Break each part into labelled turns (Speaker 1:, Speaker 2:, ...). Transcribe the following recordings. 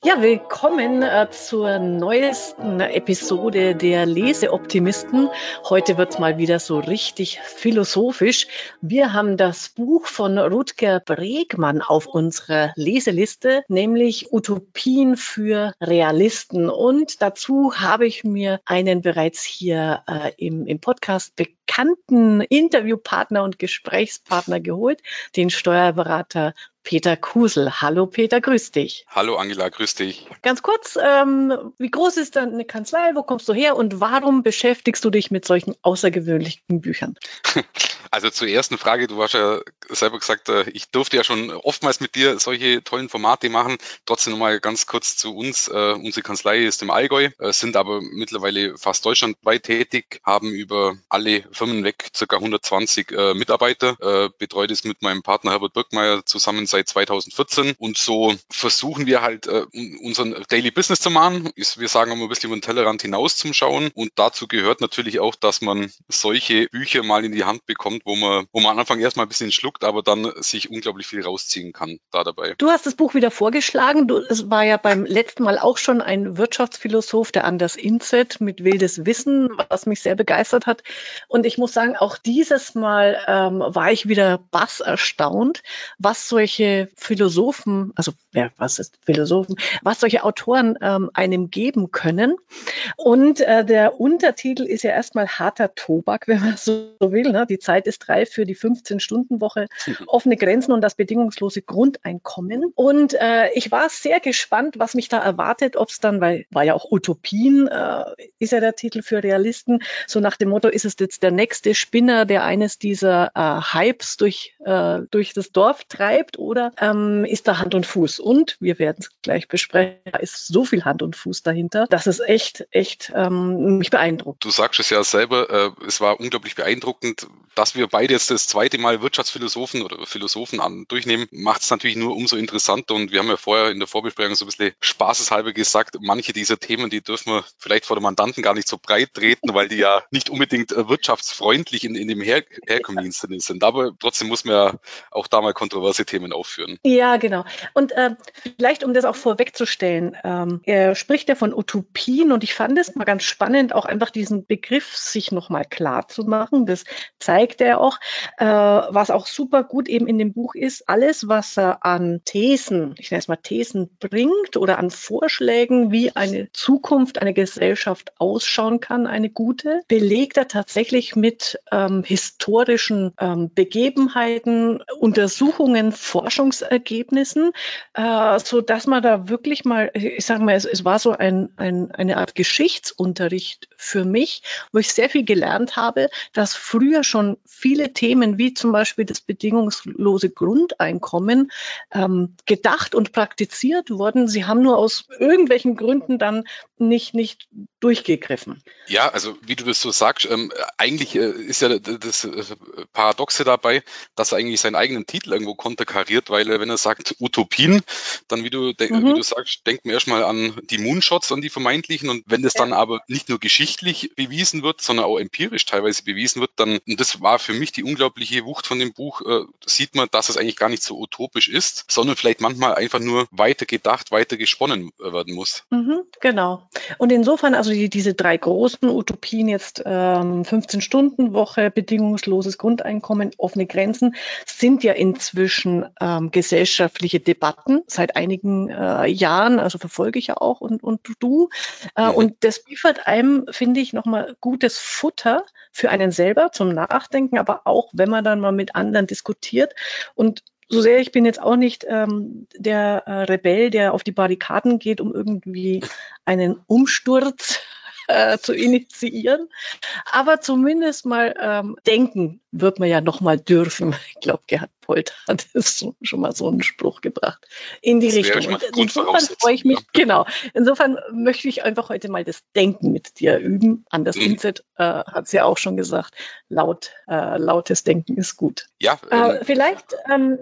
Speaker 1: Ja, willkommen zur neuesten Episode der Leseoptimisten. Heute wird's mal wieder so richtig philosophisch. Wir haben das Buch von Rutger Bregmann auf unserer Leseliste, nämlich Utopien für Realisten. Und dazu habe ich mir einen bereits hier im Podcast bekannten Interviewpartner und Gesprächspartner geholt, den Steuerberater Peter Kusel. Hallo Peter, grüß dich.
Speaker 2: Hallo Angela, grüß dich.
Speaker 1: Ganz kurz, wie groß ist deine Kanzlei, wo kommst du her und warum beschäftigst du dich mit solchen außergewöhnlichen Büchern?
Speaker 2: Also zur ersten Frage, du hast ja selber gesagt, ich durfte ja schon oftmals mit dir solche tollen Formate machen. Trotzdem nochmal ganz kurz zu uns. Unsere Kanzlei ist im Allgäu, sind aber mittlerweile fast deutschlandweit tätig, haben über alle Firmen weg ca. 120 Mitarbeiter, betreut es mit meinem Partner Herbert Birkmeier zusammen seit 2014 und so versuchen wir halt unseren Daily Business zu machen. Wir sagen immer ein bisschen über den Tellerrand hinaus zum Schauen und dazu gehört natürlich auch, dass man solche Bücher mal in die Hand bekommt, wo man am Anfang erstmal ein bisschen schluckt, aber dann sich unglaublich viel rausziehen kann da dabei.
Speaker 1: Du hast das Buch wieder vorgeschlagen. Es war ja beim letzten Mal auch schon ein Wirtschaftsphilosoph, der Anders Inset mit Wildes Wissen, was mich sehr begeistert hat. Und ich muss sagen, auch dieses Mal war ich wieder bass erstaunt, was solche Philosophen, was solche Autoren einem geben können. Und der Untertitel ist ja erstmal harter Tobak, wenn man so will. Ne? Die Zeit ist reif für die 15-Stunden-Woche, offene Grenzen und das bedingungslose Grundeinkommen. Und ich war sehr gespannt, was mich da erwartet, ob es dann, weil war ja auch Utopien, ist ja der Titel für Realisten, so nach dem Motto, ist es jetzt der nächste Spinner, der eines dieser Hypes durch das Dorf treibt oder ist da Hand und Fuß? Und wir werden es gleich besprechen, da ist so viel Hand und Fuß dahinter, dass es echt mich beeindruckt.
Speaker 2: Du sagst es ja selber, es war unglaublich beeindruckend, dass wir beide jetzt das zweite Mal Wirtschaftsphilosophen oder Philosophen durchnehmen, macht es natürlich nur umso interessanter und wir haben ja vorher in der Vorbesprechung so ein bisschen spaßeshalber gesagt, manche dieser Themen, die dürfen wir vielleicht vor dem Mandanten gar nicht so breit treten, weil die ja nicht unbedingt wirtschaftsfreundlich in dem herkömmlichen Sinne sind, aber trotzdem muss man ja auch da mal kontroverse Themen aufführen.
Speaker 1: Ja, genau. Und vielleicht, um das auch vorwegzustellen, er spricht ja von Utopien und ich fand es mal ganz spannend, auch einfach diesen Begriff sich nochmal klar zu machen. Das zeigt er auch. Was auch super gut eben in dem Buch ist, alles, was er an Thesen, ich nenne es mal Thesen bringt oder an Vorschlägen, wie eine Zukunft, eine Gesellschaft ausschauen kann, eine gute, belegt er tatsächlich mit historischen Begebenheiten, Untersuchungen, Forschungsergebnissen, so dass man da wirklich mal, ich sage mal, es war so eine Art Geschichtsunterricht für mich, wo ich sehr viel gelernt habe, dass früher schon viele Themen wie zum Beispiel das bedingungslose Grundeinkommen gedacht und praktiziert wurden. Sie haben nur aus irgendwelchen Gründen dann nicht durchgegriffen.
Speaker 2: Ja, also wie du das so sagst, eigentlich ist ja das Paradoxe dabei, dass er eigentlich seinen eigenen Titel irgendwo konterkariert, weil wenn er sagt Utopien, dann wie du sagst, denkt man erstmal an die Moonshots, an die vermeintlichen und wenn das dann aber nicht nur geschichtlich bewiesen wird, sondern auch empirisch teilweise bewiesen wird, dann, und das war für mich die unglaubliche Wucht von dem Buch, sieht man, dass es eigentlich gar nicht so utopisch ist, sondern vielleicht manchmal einfach nur weiter gedacht, weiter gesponnen werden muss.
Speaker 1: Genau. Und insofern, also diese drei großen Utopien jetzt, 15-Stunden-Woche, bedingungsloses Grundeinkommen, offene Grenzen, sind ja inzwischen gesellschaftliche Debatten seit einigen Jahren, also verfolge ich ja auch und du. Und das liefert einem, finde ich, nochmal gutes Futter für einen selber zum Nachdenken, aber auch, wenn man dann mal mit anderen diskutiert. Und so sehr, ich bin jetzt auch nicht der Rebell, der auf die Barrikaden geht, um irgendwie einen Umsturz zu initiieren. Aber zumindest mal denken wird man ja noch mal dürfen. Ich glaube, Gerhard Polt hat schon mal so einen Spruch gebracht in die Richtung. Und insofern freue ich mich, genau. Insofern möchte ich einfach heute mal das Denken mit dir üben. Anders Inset hat es ja auch schon gesagt, lautes Denken ist gut. Ja. Vielleicht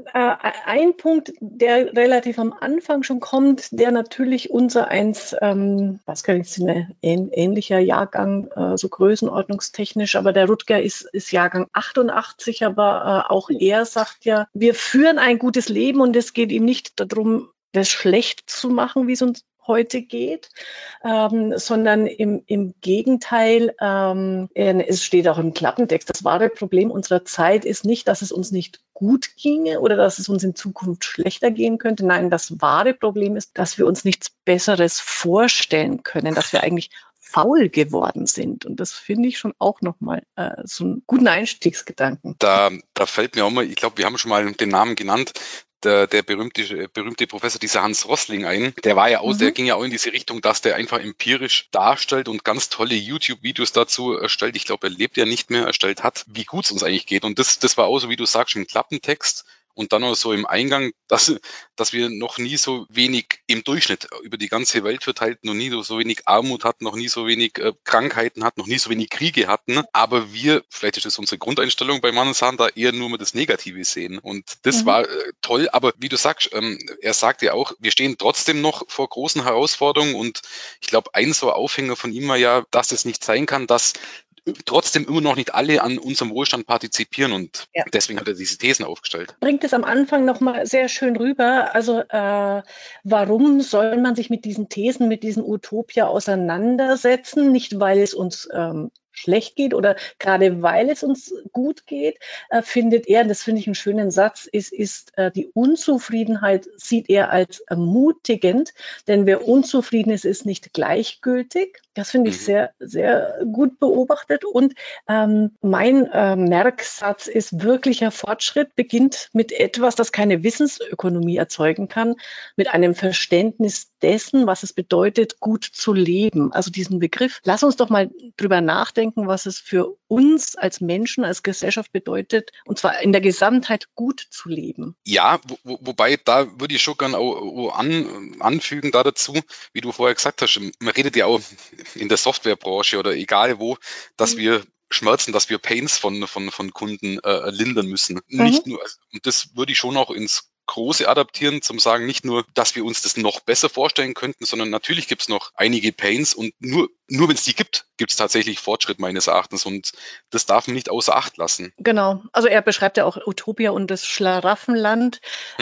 Speaker 1: ein Punkt, der relativ am Anfang schon kommt, der natürlich unser eins, was kann ich sagen, ähnlicher Jahrgang, so größenordnungstechnisch, aber der Rutger ist Jahrgang 88, aber auch er sagt ja, wir führen ein gutes Leben und es geht ihm nicht darum, das schlecht zu machen, wie es uns heute geht, sondern im Gegenteil, es steht auch im Klappentext, das wahre Problem unserer Zeit ist nicht, dass es uns nicht gut ginge oder dass es uns in Zukunft schlechter gehen könnte. Nein, das wahre Problem ist, dass wir uns nichts Besseres vorstellen können, dass wir eigentlich faul geworden sind. Und das finde ich schon auch nochmal so einen guten Einstiegsgedanken.
Speaker 2: Da fällt mir auch mal, ich glaube, wir haben schon mal den Namen genannt, der berühmte Professor, dieser Hans Rosling ein, der war ja auch, der ging ja auch in diese Richtung, dass der einfach empirisch darstellt und ganz tolle YouTube-Videos dazu erstellt. Ich glaube, er lebt ja nicht mehr, erstellt hat, wie gut es uns eigentlich geht. Und das war auch so, wie du sagst, im Klappentext. Und dann auch so im Eingang, dass wir noch nie so wenig im Durchschnitt über die ganze Welt verteilt, noch nie so wenig Armut hatten, noch nie so wenig Krankheiten hatten, noch nie so wenig Kriege hatten. Aber wir, vielleicht ist das unsere Grundeinstellung bei Mandelson, da eher nur mal das Negative sehen. Und das war toll. Aber wie du sagst, er sagt ja auch, wir stehen trotzdem noch vor großen Herausforderungen. Und ich glaube, ein so Aufhänger von ihm war ja, dass es nicht sein kann, dass trotzdem immer noch nicht alle an unserem Wohlstand partizipieren und deswegen hat er diese Thesen aufgestellt.
Speaker 1: Bringt es am Anfang nochmal sehr schön rüber. Also warum soll man sich mit diesen Thesen, mit diesem Utopia auseinandersetzen? Nicht, weil es uns schlecht geht oder gerade weil es uns gut geht, findet er, das finde ich einen schönen Satz, ist die Unzufriedenheit sieht er als ermutigend, denn wer unzufrieden ist, ist nicht gleichgültig. Das finde ich sehr, sehr gut beobachtet. Und mein Merksatz ist, wirklicher Fortschritt beginnt mit etwas, das keine Wissensökonomie erzeugen kann, mit einem Verständnis dessen, was es bedeutet, gut zu leben. Also diesen Begriff, lass uns doch mal drüber nachdenken, was es für uns als Menschen, als Gesellschaft bedeutet, und zwar in der Gesamtheit gut zu leben.
Speaker 2: Ja, wobei, da würde ich schon gerne auch anfügen da dazu, wie du vorher gesagt hast, man redet ja auch in der Softwarebranche oder egal wo, dass wir Schmerzen, dass wir Pains von Kunden lindern müssen. Nicht nur, und das würde ich schon auch ins Große adaptieren, zum sagen, nicht nur, dass wir uns das noch besser vorstellen könnten, sondern natürlich gibt es noch einige Pains und nur wenn es die gibt, gibt es tatsächlich Fortschritt meines Erachtens und das darf man nicht außer Acht lassen.
Speaker 1: Genau, also er beschreibt ja auch Utopia und das Schlaraffenland.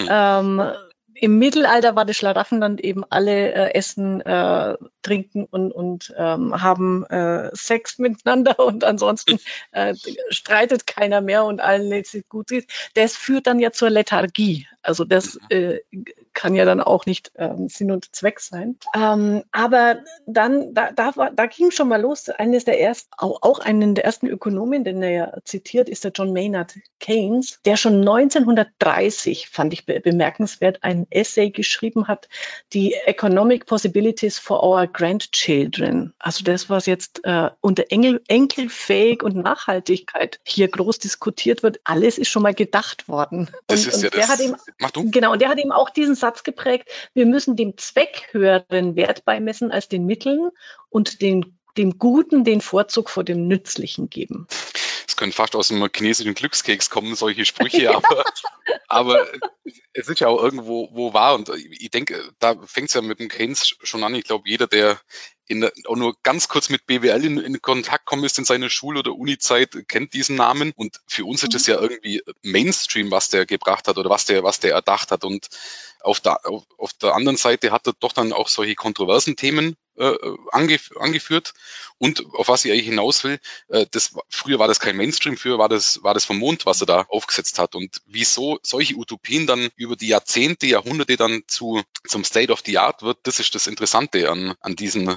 Speaker 1: Im Mittelalter war das Schlaraffenland eben alle essen, trinken und haben Sex miteinander und ansonsten streitet keiner mehr und allen letztlich gut ist. Das führt dann ja zur Lethargie. Also das kann ja dann auch nicht Sinn und Zweck sein. Aber dann, da ging schon mal los. Einen der ersten Ökonomen, den er ja zitiert, ist der John Maynard Keynes, der schon 1930, fand ich bemerkenswert, ein Essay geschrieben hat, die Economic Possibilities for Our Grandchildren. Also das, was jetzt unter Enkelfähig und Nachhaltigkeit hier groß diskutiert wird, alles ist schon mal gedacht worden.
Speaker 2: Das ist ja das.
Speaker 1: Mach du. Genau, und der hat eben auch diesen Satz geprägt, wir müssen dem Zweck höheren Wert beimessen als den Mitteln und dem Guten den Vorzug vor dem Nützlichen geben.
Speaker 2: Es können fast aus einem chinesischen Glückskeks kommen, solche Sprüche, aber es ist ja auch irgendwo wahr und ich denke, da fängt es ja mit dem Keynes schon an. Ich glaube, jeder, der auch nur ganz kurz mit BWL in Kontakt kommen ist in seiner Schul- oder Uni-Zeit, kennt diesen Namen und für uns ist das ja irgendwie Mainstream, was der gebracht hat oder was der erdacht hat und auf der anderen Seite hat er doch dann auch solche kontroversen Themen angeführt und auf was ich eigentlich hinaus will, früher war das kein Mainstream, früher war das vom Mond, was er da aufgesetzt hat und wieso solche Utopien dann über die Jahrzehnte, Jahrhunderte dann zum State of the Art wird, das ist das Interessante an diesen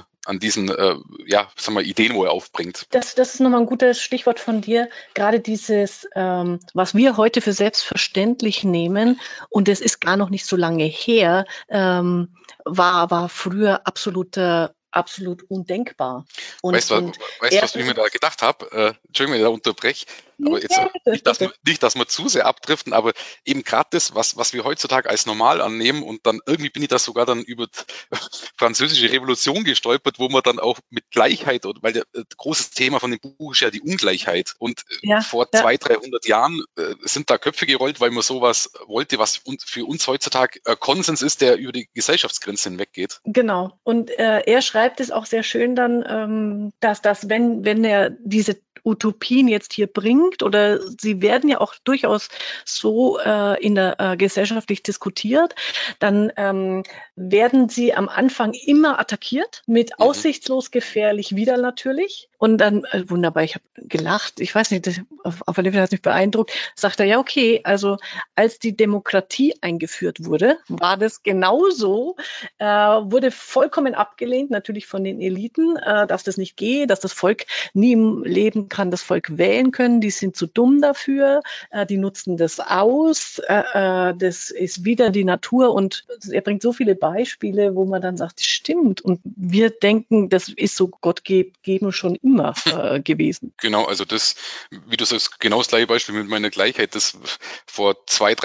Speaker 2: Ideen, wo er aufbringt.
Speaker 1: Das ist nochmal ein gutes Stichwort von dir. Gerade dieses, was wir heute für selbstverständlich nehmen, und es ist gar noch nicht so lange her, war früher absolut undenkbar.
Speaker 2: Weißt du, was ich mir da gedacht habe? Entschuldigung, wenn ich da unterbreche. Aber jetzt nicht, dass wir zu sehr abdriften, aber eben gerade das, was wir heutzutage als normal annehmen und dann irgendwie bin ich da sogar dann über die französische Revolution gestolpert, wo man dann auch mit Gleichheit, weil das große Thema von dem Buch ist ja die Ungleichheit und vor 200-300 Jahren sind da Köpfe gerollt, weil man sowas wollte, was für uns heutzutage Konsens ist, der über die Gesellschaftsgrenzen hinweggeht.
Speaker 1: Genau. Und er schreibt es auch sehr schön dann, dass wenn er diese Utopien jetzt hier bringt klingt oder sie werden ja auch durchaus so in der gesellschaftlich diskutiert, dann werden sie am Anfang immer attackiert mit aussichtslos gefährlich wieder natürlich. Und dann, wunderbar, ich habe gelacht, ich weiß nicht, auf jeden Fall hat es mich beeindruckt, sagt er, ja okay, also als die Demokratie eingeführt wurde, war das genauso, wurde vollkommen abgelehnt, natürlich von den Eliten, dass das nicht geht, dass das Volk nie im Leben kann das Volk wählen können, die sind zu dumm dafür, die nutzen das aus, das ist wieder die Natur und er bringt so viele Beispiele, wo man dann sagt, das stimmt und wir denken, das ist so Gott gegeben schon immer gewesen.
Speaker 2: Genau, also das, wie du sagst, genau das gleiche Beispiel mit meiner Gleichheit, das vor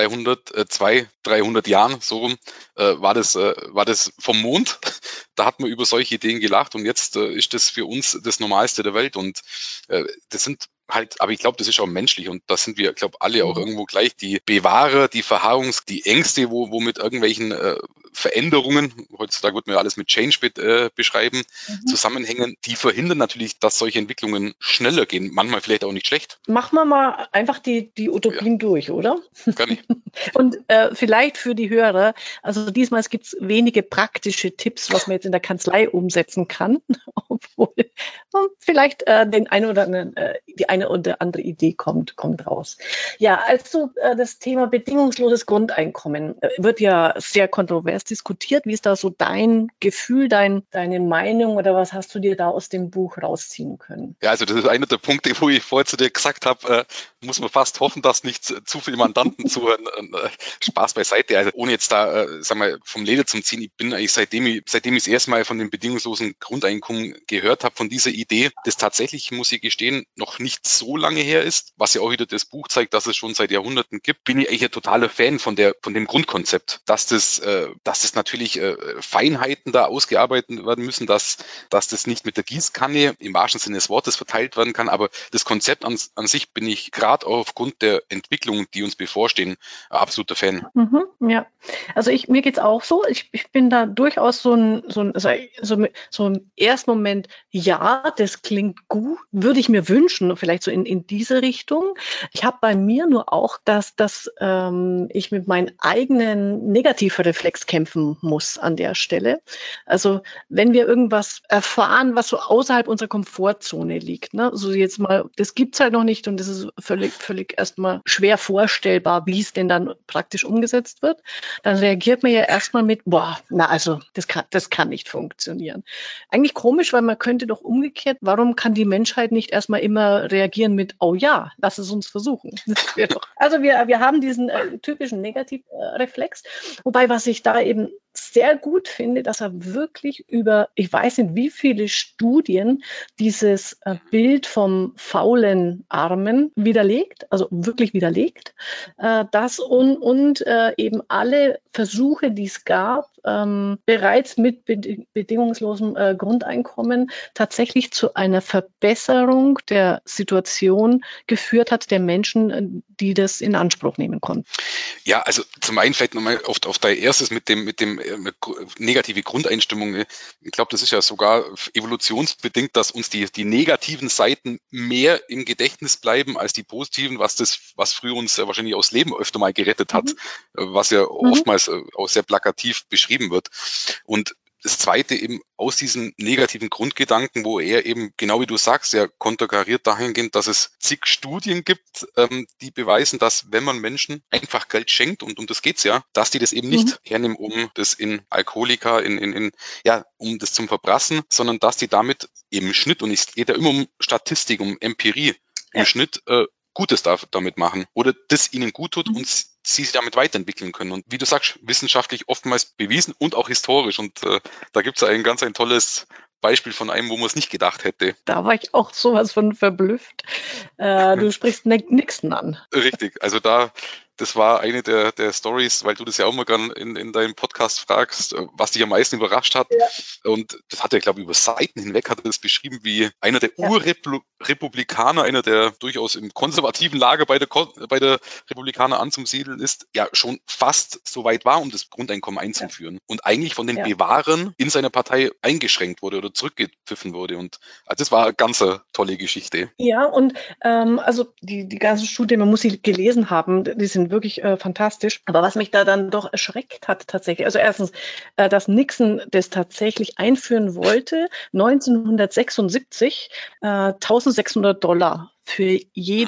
Speaker 2: 300 Jahren, so rum, war das vom Mond. Da hat man über solche Ideen gelacht und jetzt ist das für uns das Normalste der Welt und das sind halt, aber ich glaube, das ist auch menschlich und da sind wir, glaube alle auch irgendwo gleich. Die Bewahrer, die die Ängste, wo mit irgendwelchen Veränderungen, heutzutage wird man ja alles mit Change beschreiben, zusammenhängen, die verhindern natürlich, dass solche Entwicklungen schneller gehen. Manchmal vielleicht auch nicht schlecht.
Speaker 1: Machen wir mal einfach die Utopien durch, oder?
Speaker 2: Gar nicht.
Speaker 1: Und vielleicht für die Hörer, also diesmal gibt es wenige praktische Tipps, was man jetzt in der Kanzlei umsetzen kann, obwohl vielleicht die eine oder andere Idee kommt raus. Ja, also das Thema bedingungsloses Grundeinkommen wird ja sehr kontrovers diskutiert. Wie ist da so dein Gefühl, deine Meinung oder was hast du dir da aus dem Buch rausziehen können?
Speaker 2: Ja, also das ist einer der Punkte, wo ich vorher zu dir gesagt habe, muss man fast hoffen, dass nicht zu viele Mandanten zuhören. Spaß beiseite. Also ohne jetzt da, vom Leder zum Ziehen, ich bin eigentlich seitdem ich das erste Mal von dem bedingungslosen Grundeinkommen gehört habe, von dieser Idee, das tatsächlich, muss ich gestehen, noch nicht so lange her ist, was ja auch wieder das Buch zeigt, dass es schon seit Jahrhunderten gibt, bin ich eigentlich ein totaler Fan von dem Grundkonzept, dass das natürlich Feinheiten da ausgearbeitet werden müssen, dass das nicht mit der Gießkanne im wahrsten Sinne des Wortes verteilt werden kann, aber das Konzept an sich bin ich gerade aufgrund der Entwicklungen, die uns bevorstehen, absoluter Fan.
Speaker 1: Ja, also mir geht's auch so. Ich bin da durchaus so im ersten Moment, ja, das klingt gut, würde ich mir wünschen, vielleicht so in diese Richtung. Ich habe bei mir nur auch, dass ich mit meinem eigenen Negativreflex kämpfen muss an der Stelle. Also wenn wir irgendwas erfahren, was so außerhalb unserer Komfortzone liegt, ne, also jetzt mal, das gibt's halt noch nicht und das ist völlig erstmal schwer vorstellbar, wie es denn dann praktisch umgesetzt wird, dann reagiert man ja erstmal mit, das kann nicht funktionieren. Eigentlich komisch, weil man könnte doch umgekehrt, warum kann die Menschheit nicht erstmal immer reagieren mit, oh ja, lass es uns versuchen. Also wir haben diesen typischen Negativreflex, wobei was ich da eben sehr gut finde, dass er wirklich über, ich weiß nicht wie viele Studien, dieses Bild vom faulen Armen widerlegt, also wirklich widerlegt, das und eben alle Versuche, die es gab, bereits mit bedingungslosem Grundeinkommen tatsächlich zu einer Verbesserung der Situation geführt hat der Menschen, die das in Anspruch nehmen konnten.
Speaker 2: Ja, also zum einen vielleicht nochmal auf dein erstes mit dem negative Grundeinstimmung. Ich glaube, das ist ja sogar evolutionsbedingt, dass uns die negativen Seiten mehr im Gedächtnis bleiben als die positiven, was früher uns wahrscheinlich aus Leben öfter mal gerettet hat, was ja oftmals auch sehr plakativ beschrieben wird. Und das Zweite eben aus diesen negativen Grundgedanken, wo er eben, genau wie du sagst, ja konterkariert dahingehend, dass es zig Studien gibt, die beweisen, dass wenn man Menschen einfach Geld schenkt, und um das geht's ja, dass die das eben nicht hernehmen, um das in Alkoholika, um das zum Verprassen, sondern dass die damit im Schnitt, und es geht ja immer um Statistik, um Empirie, im Schnitt Gutes damit machen oder das ihnen gut tut und sie sich damit weiterentwickeln können. Und wie du sagst, wissenschaftlich oftmals bewiesen und auch historisch. Und da gibt es ein tolles Beispiel von einem, wo man es nicht gedacht hätte.
Speaker 1: Da war ich auch sowas von verblüfft. Du sprichst Nixon an.
Speaker 2: Richtig, also da das war eine der Stories, weil du das ja auch mal gern in deinem Podcast fragst, was dich am meisten überrascht hat.
Speaker 1: Ja.
Speaker 2: Und das hat er, glaube ich, über Seiten hinweg hat er das beschrieben, wie einer der
Speaker 1: Ja.
Speaker 2: Urrepublikaner, einer der durchaus im konservativen Lager bei der Republikaner anzusiedeln ist, ja schon fast so weit war, um das Grundeinkommen einzuführen. Und eigentlich von den Bewahrern in seiner Partei eingeschränkt wurde oder zurückgepfiffen wurde. Und also das war eine ganz tolle Geschichte.
Speaker 1: Ja, und also die ganzen Studien, man muss sie gelesen haben, die sind wirklich fantastisch. Aber was mich da dann doch erschreckt hat tatsächlich, also erstens, dass Nixon das tatsächlich einführen wollte, 1976, $1.600 für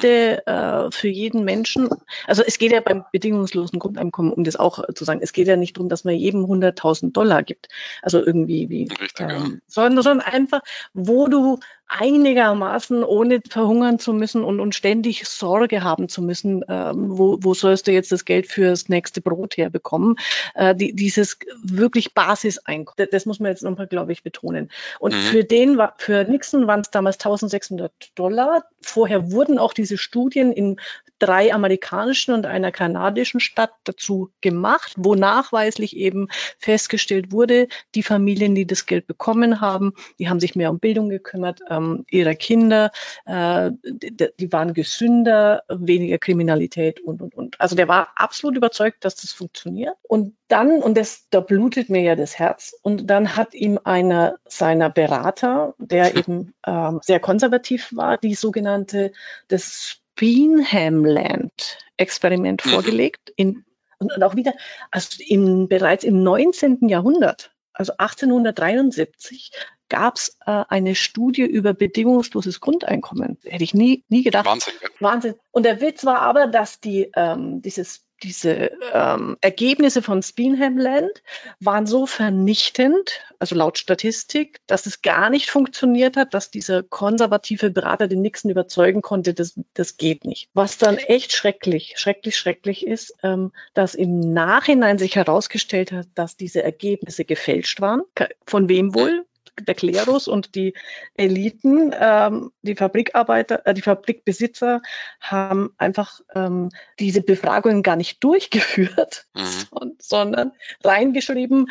Speaker 1: jeden Menschen. Also es geht ja beim bedingungslosen Grundeinkommen, um das auch zu sagen, es geht ja nicht darum, dass man jedem $100.000 gibt. Also irgendwie
Speaker 2: Richtig,
Speaker 1: sondern einfach, wo du einigermaßen, ohne verhungern zu müssen und ständig Sorge haben zu müssen, wo sollst du jetzt das Geld fürs nächste Brot herbekommen, dieses wirklich Basiseinkommen, das muss man jetzt nochmal, glaube ich, betonen. Und für Nixon waren es damals $1.600. Vorher wurden auch diese Studien in 3 amerikanischen und einer kanadischen Stadt dazu gemacht, wo nachweislich eben festgestellt wurde, die Familien, die das Geld bekommen haben, die haben sich mehr um Bildung gekümmert, ihrer Kinder, die waren gesünder, weniger Kriminalität und. Also der war absolut überzeugt, dass das funktioniert. Und dann, da blutet mir ja das Herz, und dann hat ihm einer seiner Berater, der eben sehr konservativ war, die sogenannte das Speenham-Land-Experiment vorgelegt. Und auch wieder, also bereits im 19. Jahrhundert, also 1873, gab es eine Studie über bedingungsloses Grundeinkommen. Hätte ich nie gedacht.
Speaker 2: Wahnsinn. Ja.
Speaker 1: Wahnsinn. Und der Witz war aber, dass diese Ergebnisse von Speenham Land waren so vernichtend, also laut Statistik, dass es gar nicht funktioniert hat, dass dieser konservative Berater den Nixon überzeugen konnte, das geht nicht. Was dann echt schrecklich ist, dass im Nachhinein sich herausgestellt hat, dass diese Ergebnisse gefälscht waren. Von wem wohl? Der Klerus und die Eliten, die Fabrikarbeiter, die Fabrikbesitzer haben einfach diese Befragungen gar nicht durchgeführt, sondern reingeschrieben,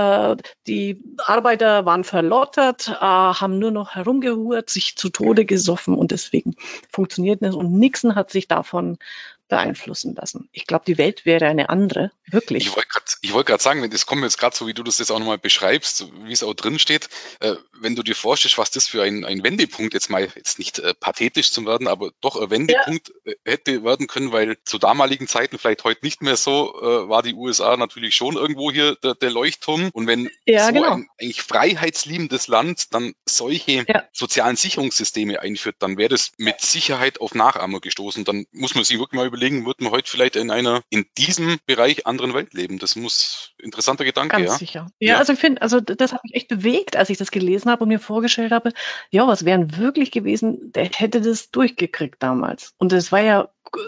Speaker 1: die Arbeiter waren verlottert, haben nur noch herumgehurt, sich zu Tode gesoffen, und deswegen funktioniert das. Und Nixon hat sich davon beeinflussen lassen. Ich glaube, die Welt wäre eine andere, wirklich.
Speaker 2: Ich wollte gerade sagen, das kommt jetzt gerade so, wie du das jetzt auch nochmal beschreibst, wie es auch drin steht, wenn du dir vorstellst, was das für ein Wendepunkt jetzt nicht pathetisch zu werden, aber doch ein Wendepunkt hätte werden können, weil zu damaligen Zeiten, vielleicht heute nicht mehr so, war die USA natürlich schon irgendwo hier der Leuchtturm, und wenn ein eigentlich freiheitsliebendes Land dann solche sozialen Sicherungssysteme einführt, dann wäre das mit Sicherheit auf Nachahmer gestoßen. Dann muss man sich wirklich mal überlegen, wird man heute vielleicht in diesem Bereich anderen Welt leben? Das muss interessanter Gedanke,
Speaker 1: Ganz sicher. Ja, also ich finde, das hat mich echt bewegt, als ich das gelesen habe und mir vorgestellt habe, ja, was wären wirklich gewesen, der hätte das durchgekriegt damals. Und das war ja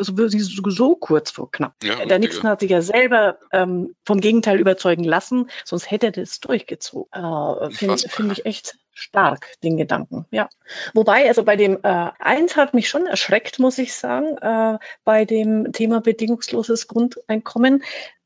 Speaker 1: so kurz vor knapp.
Speaker 2: Ja,
Speaker 1: der Nixon hat sich ja selber vom Gegenteil überzeugen lassen, sonst hätte er das durchgezogen. Finde ich echt stark, den Gedanken, ja. Wobei, also bei dem eins hat mich schon erschreckt, muss ich sagen, bei dem Thema bedingungsloses Grundeinkommen,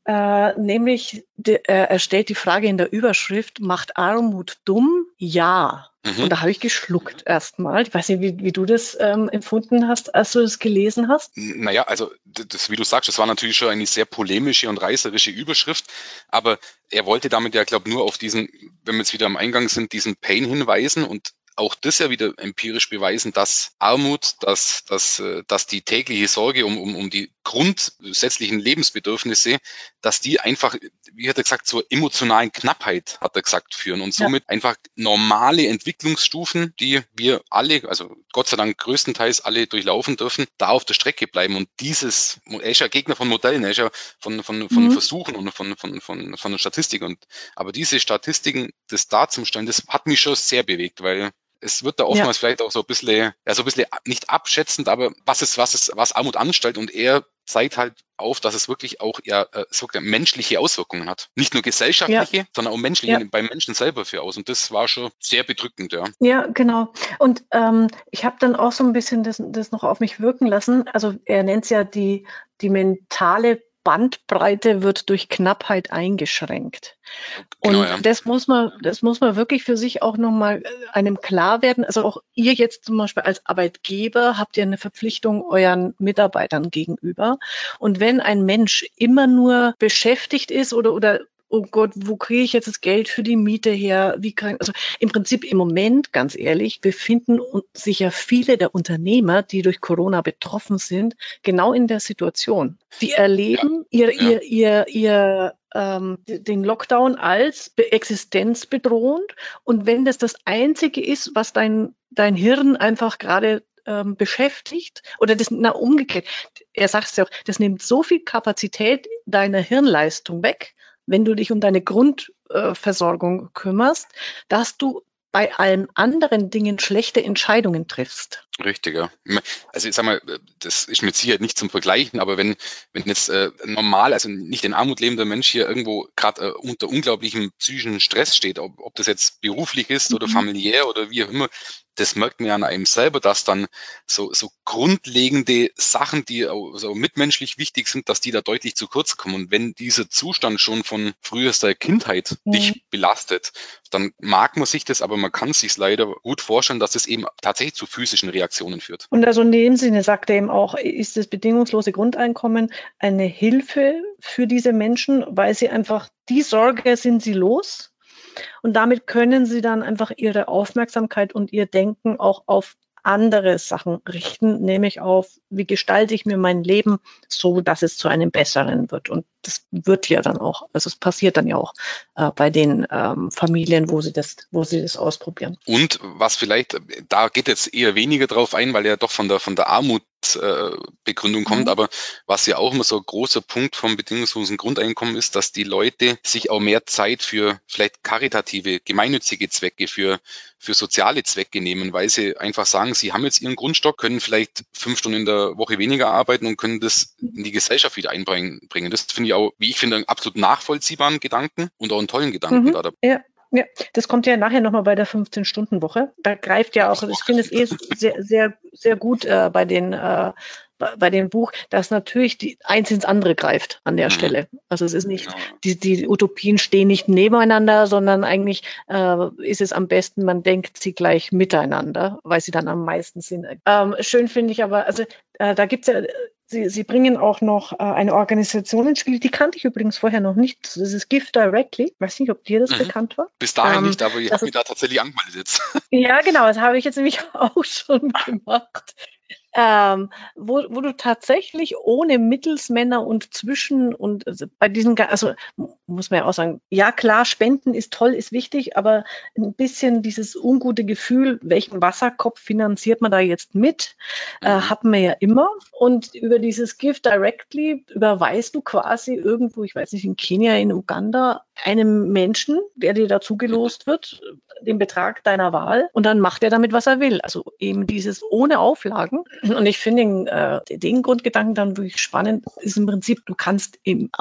Speaker 1: nämlich er stellt die Frage in der Überschrift: Macht Armut dumm? Ja. Und da habe ich geschluckt erstmal. Ich weiß nicht, wie du das empfunden hast, als du das gelesen hast.
Speaker 2: Naja, also das, wie du sagst, das war natürlich schon eine sehr polemische und reißerische Überschrift, aber er wollte damit ja, glaube ich, nur auf diesen, wenn wir jetzt wieder am Eingang sind, diesen Pain hinweisen und auch das ja wieder empirisch beweisen, dass Armut, dass die tägliche Sorge um die grundsätzlichen Lebensbedürfnisse, dass die einfach, wie hat er gesagt, zur emotionalen Knappheit, hat er gesagt, führen und somit einfach normale Entwicklungsstufen, die wir alle, also Gott sei Dank größtenteils alle durchlaufen dürfen, da auf der Strecke bleiben. Und er ist ja Gegner von Modellen, er ist ja von Versuchen und von der Statistik. Aber diese Statistiken, das darzustellen, das hat mich schon sehr bewegt, weil es wird da oftmals vielleicht auch so ein bisschen nicht abschätzend, aber was Armut anstellt, und er zeigt halt auf, dass es wirklich auch sogar menschliche Auswirkungen hat. Nicht nur gesellschaftliche, sondern auch menschliche beim Menschen selber für aus. Und das war schon sehr bedrückend, ja.
Speaker 1: Ja, genau. Und ich habe dann auch so ein bisschen das noch auf mich wirken lassen. Also er nennt es ja die mentale Bandbreite wird durch Knappheit eingeschränkt. Genau, und das muss man wirklich für sich auch nochmal einem klar werden. Also auch ihr jetzt zum Beispiel als Arbeitgeber habt ihr eine Verpflichtung euren Mitarbeitern gegenüber. Und wenn ein Mensch immer nur beschäftigt ist oder oh Gott, wo kriege ich jetzt das Geld für die Miete her? Also im Prinzip im Moment, ganz ehrlich, befinden sich ja viele der Unternehmer, die durch Corona betroffen sind, genau in der Situation. Die erleben den Lockdown als existenzbedrohend. Und wenn das Einzige ist, was dein Hirn einfach gerade beschäftigt, oder umgekehrt, er sagt es ja auch, das nimmt so viel Kapazität deiner Hirnleistung weg, wenn du dich um deine Grundversorgung kümmerst, dass du bei allen anderen Dingen schlechte Entscheidungen triffst.
Speaker 2: Richtig, ja. Also ich sag mal, das ist mit Sicherheit nicht zum Vergleichen, aber wenn jetzt normal, also nicht in Armut lebender Mensch hier irgendwo gerade unter unglaublichem psychischen Stress steht, ob das jetzt beruflich ist oder familiär oder wie auch immer, das merkt man ja an einem selber, dass dann so grundlegende Sachen, die so mitmenschlich wichtig sind, dass die da deutlich zu kurz kommen. Und wenn dieser Zustand schon von frühester Kindheit dich belastet, dann mag man sich das, aber man kann sich leider gut vorstellen, dass das eben tatsächlich zu physischen Reaktionen führt.
Speaker 1: Und also in dem Sinne sagt er eben auch, ist das bedingungslose Grundeinkommen eine Hilfe für diese Menschen, weil sie einfach die Sorge sind sie los. Und damit können sie dann einfach ihre Aufmerksamkeit und ihr Denken auch auf andere Sachen richten, nämlich auf, wie gestalte ich mir mein Leben so, dass es zu einem besseren wird. Und das wird ja dann auch, also es passiert dann ja auch bei den Familien, wo sie das ausprobieren.
Speaker 2: Und was vielleicht, da geht jetzt eher weniger drauf ein, weil er doch von der Armutsbegründung kommt, aber was ja auch immer so ein großer Punkt vom bedingungslosen Grundeinkommen ist, dass die Leute sich auch mehr Zeit für vielleicht karitative, gemeinnützige Zwecke, für soziale Zwecke nehmen, weil sie einfach sagen, sie haben jetzt ihren Grundstock, können vielleicht 5 Stunden in der Woche weniger arbeiten und können das in die Gesellschaft wieder einbringen. Das finde ich auch, wie ich finde, einen absolut nachvollziehbaren Gedanken und auch einen tollen Gedanken.
Speaker 1: Ja, das kommt ja nachher nochmal bei der 15-Stunden-Woche. Da greift ja auch, ich finde es sehr, sehr, sehr gut bei dem Buch, dass natürlich eins ins andere greift an der Stelle. Also es ist nicht, die Utopien stehen nicht nebeneinander, sondern eigentlich ist es am besten, man denkt sie gleich miteinander, weil sie dann am meisten Sinn ergeben. Schön finde ich aber, also da gibt's ja, Sie bringen auch noch eine Organisation ins Spiel, die kannte ich übrigens vorher noch nicht. Das ist Give Directly. Weiß nicht, ob dir das bekannt war.
Speaker 2: Bis dahin nicht, aber ich habe mich da tatsächlich angemeldet jetzt.
Speaker 1: Ja, genau, das habe ich jetzt nämlich auch schon gemacht. Wo du tatsächlich ohne Mittelsmänner und also bei diesen, also muss man ja auch sagen, ja klar, Spenden ist toll, ist wichtig, aber ein bisschen dieses ungute Gefühl, welchen Wasserkopf finanziert man da jetzt mit, hat man ja immer. Und über dieses Give Directly überweist du quasi irgendwo, ich weiß nicht, in Kenia, in Uganda, einem Menschen, der dir dazu gelost wird, den Betrag deiner Wahl, und dann macht er damit, was er will. Also eben dieses ohne Auflagen. Und ich finde den Grundgedanken dann wirklich spannend, ist im Prinzip, du kannst mit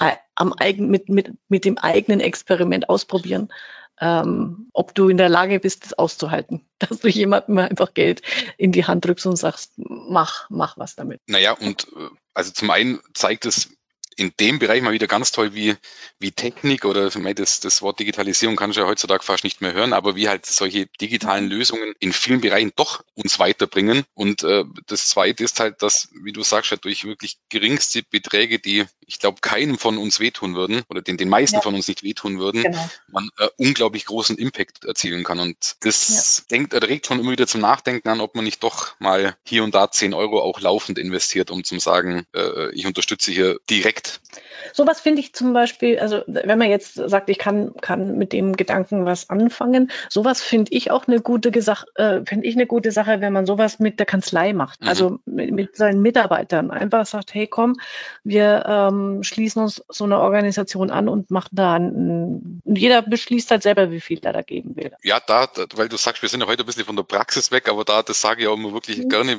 Speaker 1: dem eigenen Experiment ausprobieren, ob du in der Lage bist, das auszuhalten, dass du jemandem einfach Geld in die Hand drückst und sagst, mach was damit.
Speaker 2: Naja, und also zum einen zeigt es in dem Bereich mal wieder ganz toll, wie Technik oder das Wort Digitalisierung kann ich ja heutzutage fast nicht mehr hören, aber wie halt solche digitalen Lösungen in vielen Bereichen doch uns weiterbringen. Und das Zweite ist halt, dass, wie du sagst, halt durch wirklich geringste Beträge, die ich glaube keinem von uns wehtun würden oder den meisten von uns nicht wehtun würden, man unglaublich großen Impact erzielen kann. Und das regt schon immer wieder zum Nachdenken an, ob man nicht doch mal hier und da 10 € auch laufend investiert, um zu sagen, ich unterstütze hier direkt gibt.
Speaker 1: Sowas finde ich zum Beispiel, also wenn man jetzt sagt, ich kann mit dem Gedanken was anfangen, sowas finde ich auch eine gute Sache, wenn man sowas mit der Kanzlei macht, also mit seinen Mitarbeitern. Einfach sagt, hey komm, wir schließen uns so eine Organisation an und machen jeder beschließt halt selber, wie viel er da geben will.
Speaker 2: Ja, weil du sagst, wir sind ja heute ein bisschen von der Praxis weg, aber das sage ich auch immer wirklich gerne.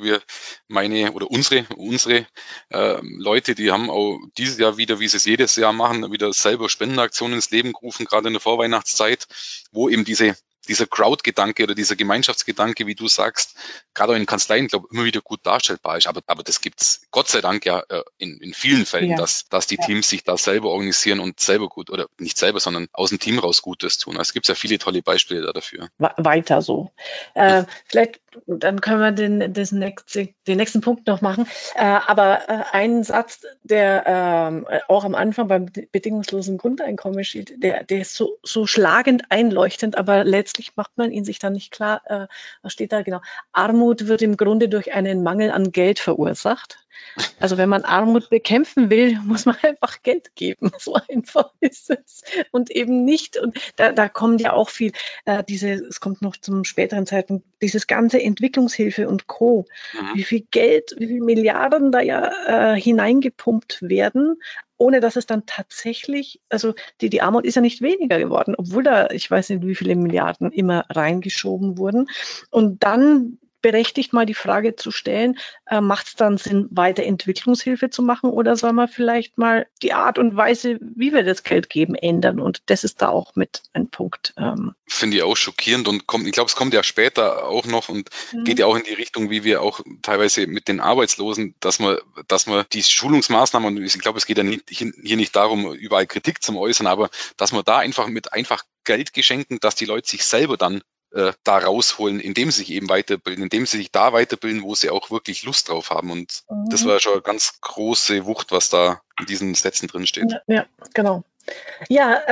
Speaker 2: Unsere Leute, die haben auch dieses Jahr wieder, wie sie es jedes Jahr machen, wieder selber Spendenaktionen ins Leben gerufen, gerade in der Vorweihnachtszeit, wo eben dieser Crowd-Gedanke oder dieser Gemeinschaftsgedanke, wie du sagst, gerade auch in Kanzleien, glaube ich, immer wieder gut darstellbar ist. Aber das gibt's Gott sei Dank ja in vielen Fällen, dass die Teams sich da selber organisieren und selber gut, oder nicht selber, sondern aus dem Team raus Gutes tun. Also es gibt ja viele tolle Beispiele dafür.
Speaker 1: Weiter so. Vielleicht, dann können wir den nächsten Punkt noch machen. Aber ein Satz, der auch am Anfang beim bedingungslosen Grundeinkommen steht, der ist so schlagend einleuchtend, aber letztlich macht man ihn sich dann nicht klar. Was steht da genau? Armut wird im Grunde durch einen Mangel an Geld verursacht. Also wenn man Armut bekämpfen will, muss man einfach Geld geben. So einfach ist es. Und eben nicht, und da kommt ja auch viel, es kommt noch zum späteren Zeitpunkt, dieses ganze Entwicklungshilfe und Co. Wie viel Geld, wie viele Milliarden da ja hineingepumpt werden, ohne dass es dann tatsächlich, also die Armut ist ja nicht weniger geworden, obwohl da, ich weiß nicht, wie viele Milliarden immer reingeschoben wurden. Und dann berechtigt mal die Frage zu stellen, macht es dann Sinn, weiter Entwicklungshilfe zu machen oder soll man vielleicht mal die Art und Weise, wie wir das Geld geben, ändern? Und das ist da auch mit ein Punkt.
Speaker 2: Finde ich auch schockierend und ich glaube, es kommt ja später auch noch und geht ja auch in die Richtung, wie wir auch teilweise mit den Arbeitslosen, dass man die Schulungsmaßnahmen, und ich glaube, es geht ja hier nicht darum, überall Kritik zum Äußern, aber dass man da einfach mit Geld geschenken, dass die Leute sich selber dann da rausholen, indem sie sich eben weiterbilden, indem sie sich da weiterbilden, wo sie auch wirklich Lust drauf haben. Und das war schon eine ganz große Wucht, was da in diesen Sätzen drin steht.
Speaker 1: Ja, genau. Ja,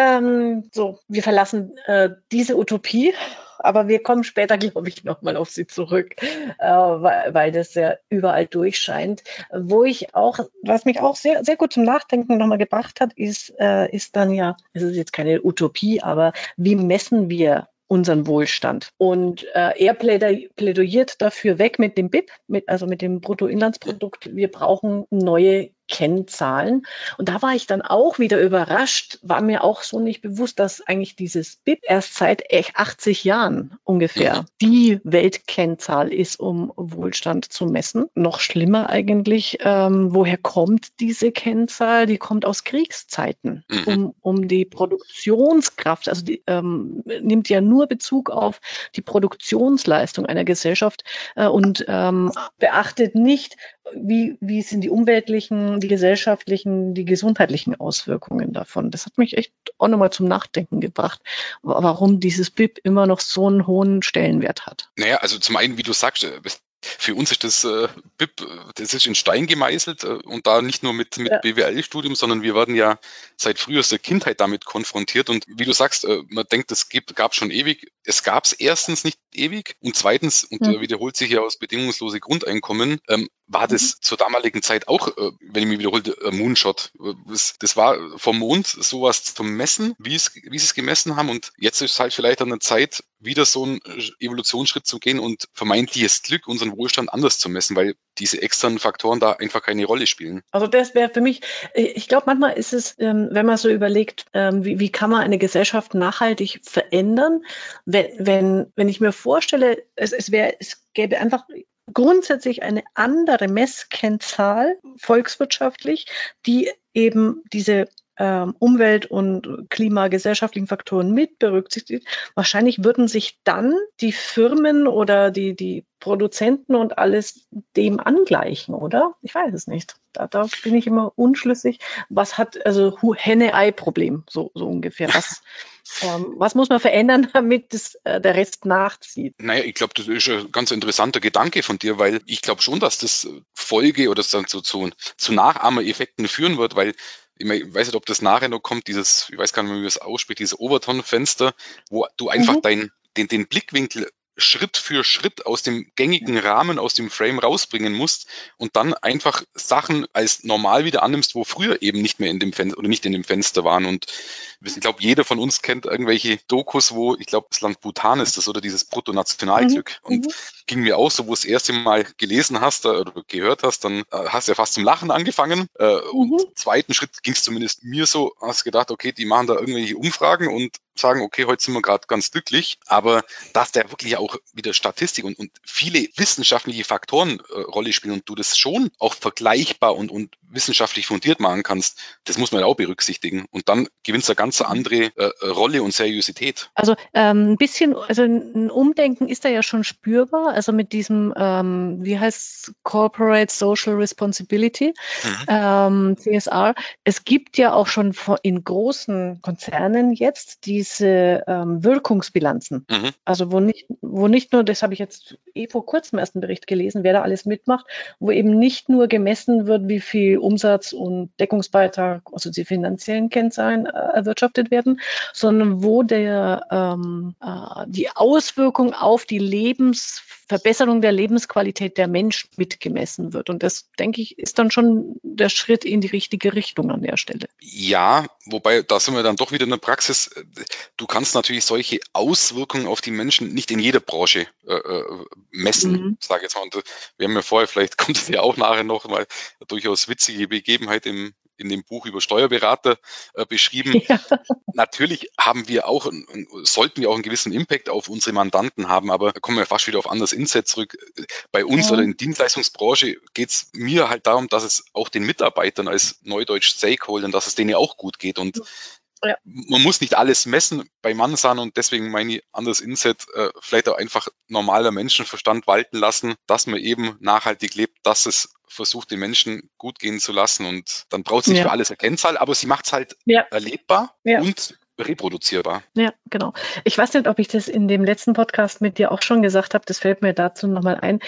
Speaker 1: wir verlassen diese Utopie, aber wir kommen später, glaube ich, nochmal auf sie zurück, weil das ja überall durchscheint. Was mich auch sehr, sehr gut zum Nachdenken nochmal gebracht hat, ist dann ja, es ist jetzt keine Utopie, aber wie messen wir unseren Wohlstand? Und er plädoyiert dafür weg mit dem BIP, also mit dem Bruttoinlandsprodukt. Wir brauchen neue Kennzahlen. Und da war ich dann auch wieder überrascht, war mir auch so nicht bewusst, dass eigentlich dieses BIP erst seit 80 Jahren ungefähr die Weltkennzahl ist, um Wohlstand zu messen. Noch schlimmer eigentlich, woher kommt diese Kennzahl? Die kommt aus Kriegszeiten, um die Produktionskraft, also die nimmt ja nur Bezug auf die Produktionsleistung einer Gesellschaft und beachtet nicht, wie sind die umweltlichen, die gesellschaftlichen, die gesundheitlichen Auswirkungen davon. Das hat mich echt auch nochmal zum Nachdenken gebracht, warum dieses BIP immer noch so einen hohen Stellenwert hat.
Speaker 2: Naja, also zum einen, wie du sagst, für uns ist das BIP, das ist in Stein gemeißelt und da nicht nur mit BWL-Studium, sondern wir werden ja seit frühester Kindheit damit konfrontiert und wie du sagst, man denkt, es gab schon ewig. Es gab es erstens nicht ewig und zweitens, und wiederholt sich ja aus bedingungslose Grundeinkommen, war das zur damaligen Zeit auch, wenn ich mich wiederholte, Moonshot. Das war vom Mond sowas zum Messen, wie sie es gemessen haben und jetzt ist es halt vielleicht an der Zeit, wieder so einen Evolutionsschritt zu gehen und vermeintliches Glück, unseren Wohlstand anders zu messen, weil diese externen Faktoren da einfach keine Rolle spielen.
Speaker 1: Also das wäre für mich, ich glaube, manchmal ist es, wenn man so überlegt, wie kann man eine Gesellschaft nachhaltig verändern, wenn ich mir vorstelle, es gäbe einfach grundsätzlich eine andere Messkennzahl volkswirtschaftlich, die eben diese Umwelt- und klimagesellschaftlichen Faktoren mit berücksichtigt. Wahrscheinlich würden sich dann die Firmen oder die Produzenten und alles dem angleichen, oder? Ich weiß es nicht. Da bin ich immer unschlüssig. Was hat, also Henne-Ei-Problem, so ungefähr. Was muss man verändern, damit der Rest nachzieht?
Speaker 2: Naja, ich glaube, das ist ein ganz interessanter Gedanke von dir, weil ich glaube schon, dass das Folge oder dann zu Nachahmereffekten führen wird, weil ich weiß nicht, ob das nachher noch kommt, ich weiß gar nicht, wie man das ausspricht, dieses Overton-Fenster, wo du einfach den Blickwinkel Schritt für Schritt aus dem gängigen Rahmen, aus dem Frame rausbringen musst und dann einfach Sachen als normal wieder annimmst, wo früher eben nicht mehr in dem Fenster oder nicht in dem Fenster waren. Und ich glaube, jeder von uns kennt irgendwelche Dokus, wo, ich glaube, das Land Bhutan ist das oder dieses Bruttonationalglück. Und ging mir auch so, wo du das erste Mal gelesen hast oder gehört hast, dann hast du ja fast zum Lachen angefangen. Und im zweiten Schritt ging es zumindest mir so, hast gedacht, okay, die machen da irgendwelche Umfragen und sagen, okay, heute sind wir gerade ganz glücklich, aber dass da wirklich auch wieder Statistik und viele wissenschaftliche Faktoren Rolle spielen und du das schon auch vergleichbar und wissenschaftlich fundiert machen kannst, das muss man ja auch berücksichtigen. Und dann gewinnt es eine ganz andere Rolle und Seriosität.
Speaker 1: Also ein bisschen, also ein Umdenken ist da ja schon spürbar, also mit diesem, wie heißt Corporate Social Responsibility, CSR. Es gibt ja auch schon in großen Konzernen jetzt diese Wirkungsbilanzen. Also wo nicht nur, das habe ich jetzt vor kurzem erst einen Bericht gelesen, wer da alles mitmacht, wo eben nicht nur gemessen wird, wie viel Umsatz und Deckungsbeitrag, also die finanziellen Kennzahlen erwirtschaftet werden, sondern wo die Auswirkung auf die Verbesserung der Lebensqualität der Menschen mitgemessen wird. Und das, denke ich, ist dann schon der Schritt in die richtige Richtung an der Stelle.
Speaker 2: Ja, wobei, da sind wir dann doch wieder in der Praxis. Du kannst natürlich solche Auswirkungen auf die Menschen nicht in jeder Branche messen, sage ich jetzt mal. Und wir haben ja vorher, vielleicht kommt es ja auch nachher noch mal durchaus witzige Begebenheit in dem Buch über Steuerberater beschrieben. Ja. Natürlich haben wir auch, sollten wir auch einen gewissen Impact auf unsere Mandanten haben, aber da kommen wir fast wieder auf anderes Inset zurück. Bei uns oder in der Dienstleistungsbranche geht es mir halt darum, dass es auch den Mitarbeitern als Neudeutsch Stakeholdern, dass es denen auch gut geht und man muss nicht alles messen bei Mansan und deswegen meine ich anderes Inset, vielleicht auch einfach normaler Menschenverstand walten lassen, dass man eben nachhaltig lebt, dass es versucht, den Menschen gut gehen zu lassen und dann braucht es nicht für alles eine Kennzahl, aber sie macht es halt erlebbar und reproduzierbar.
Speaker 1: Ja, genau. Ich weiß nicht, ob ich das in dem letzten Podcast mit dir auch schon gesagt habe, das fällt mir dazu nochmal ein.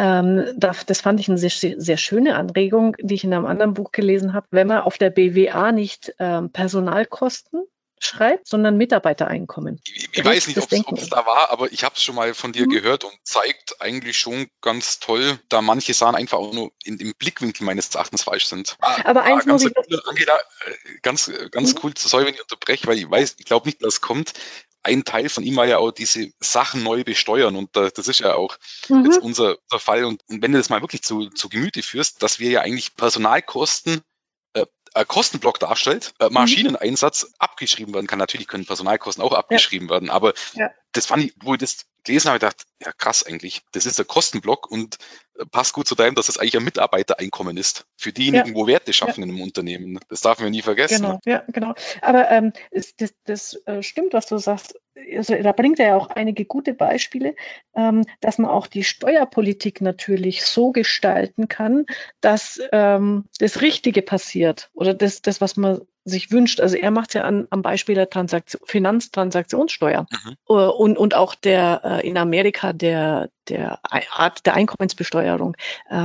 Speaker 1: Das fand ich eine sehr, sehr schöne Anregung, die ich in einem anderen Buch gelesen habe. Wenn man auf der BWA nicht Personalkosten schreibt, sondern Mitarbeitereinkommen.
Speaker 2: Ich weiß nicht, ob es da war, aber ich habe es schon mal von dir gehört und zeigt eigentlich schon ganz toll, da manche Sachen einfach auch nur im Blickwinkel meines Erachtens falsch sind.
Speaker 1: Aber eins muss ich...
Speaker 2: Angela, ganz cool, sorry, wenn ich unterbreche, weil ich glaube nicht, dass es kommt. Ein Teil von ihm war ja auch diese Sachen neu besteuern und das ist ja auch jetzt unser Fall. Und wenn du das mal wirklich zu Gemüte führst, dass wir ja eigentlich Personalkosten Kostenblock darstellt, Maschineneinsatz abgeschrieben werden kann. Natürlich können Personalkosten auch abgeschrieben werden, aber das fand ich, wo ich das gelesen habe, gedacht, ja krass eigentlich, das ist der Kostenblock und passt gut zu deinem, dass das eigentlich ein Mitarbeitereinkommen ist für diejenigen, wo Werte schaffen in einem Unternehmen. Das darf man nie vergessen.
Speaker 1: Genau, ja, genau. Aber das stimmt, was du sagst. Also, da bringt er ja auch einige gute Beispiele, dass man auch die Steuerpolitik natürlich so gestalten kann, dass das Richtige passiert oder das, was man sich wünscht. Also er macht es ja am Beispiel der Finanztransaktionssteuer und auch der in Amerika der Art der Einkommensbesteuerung.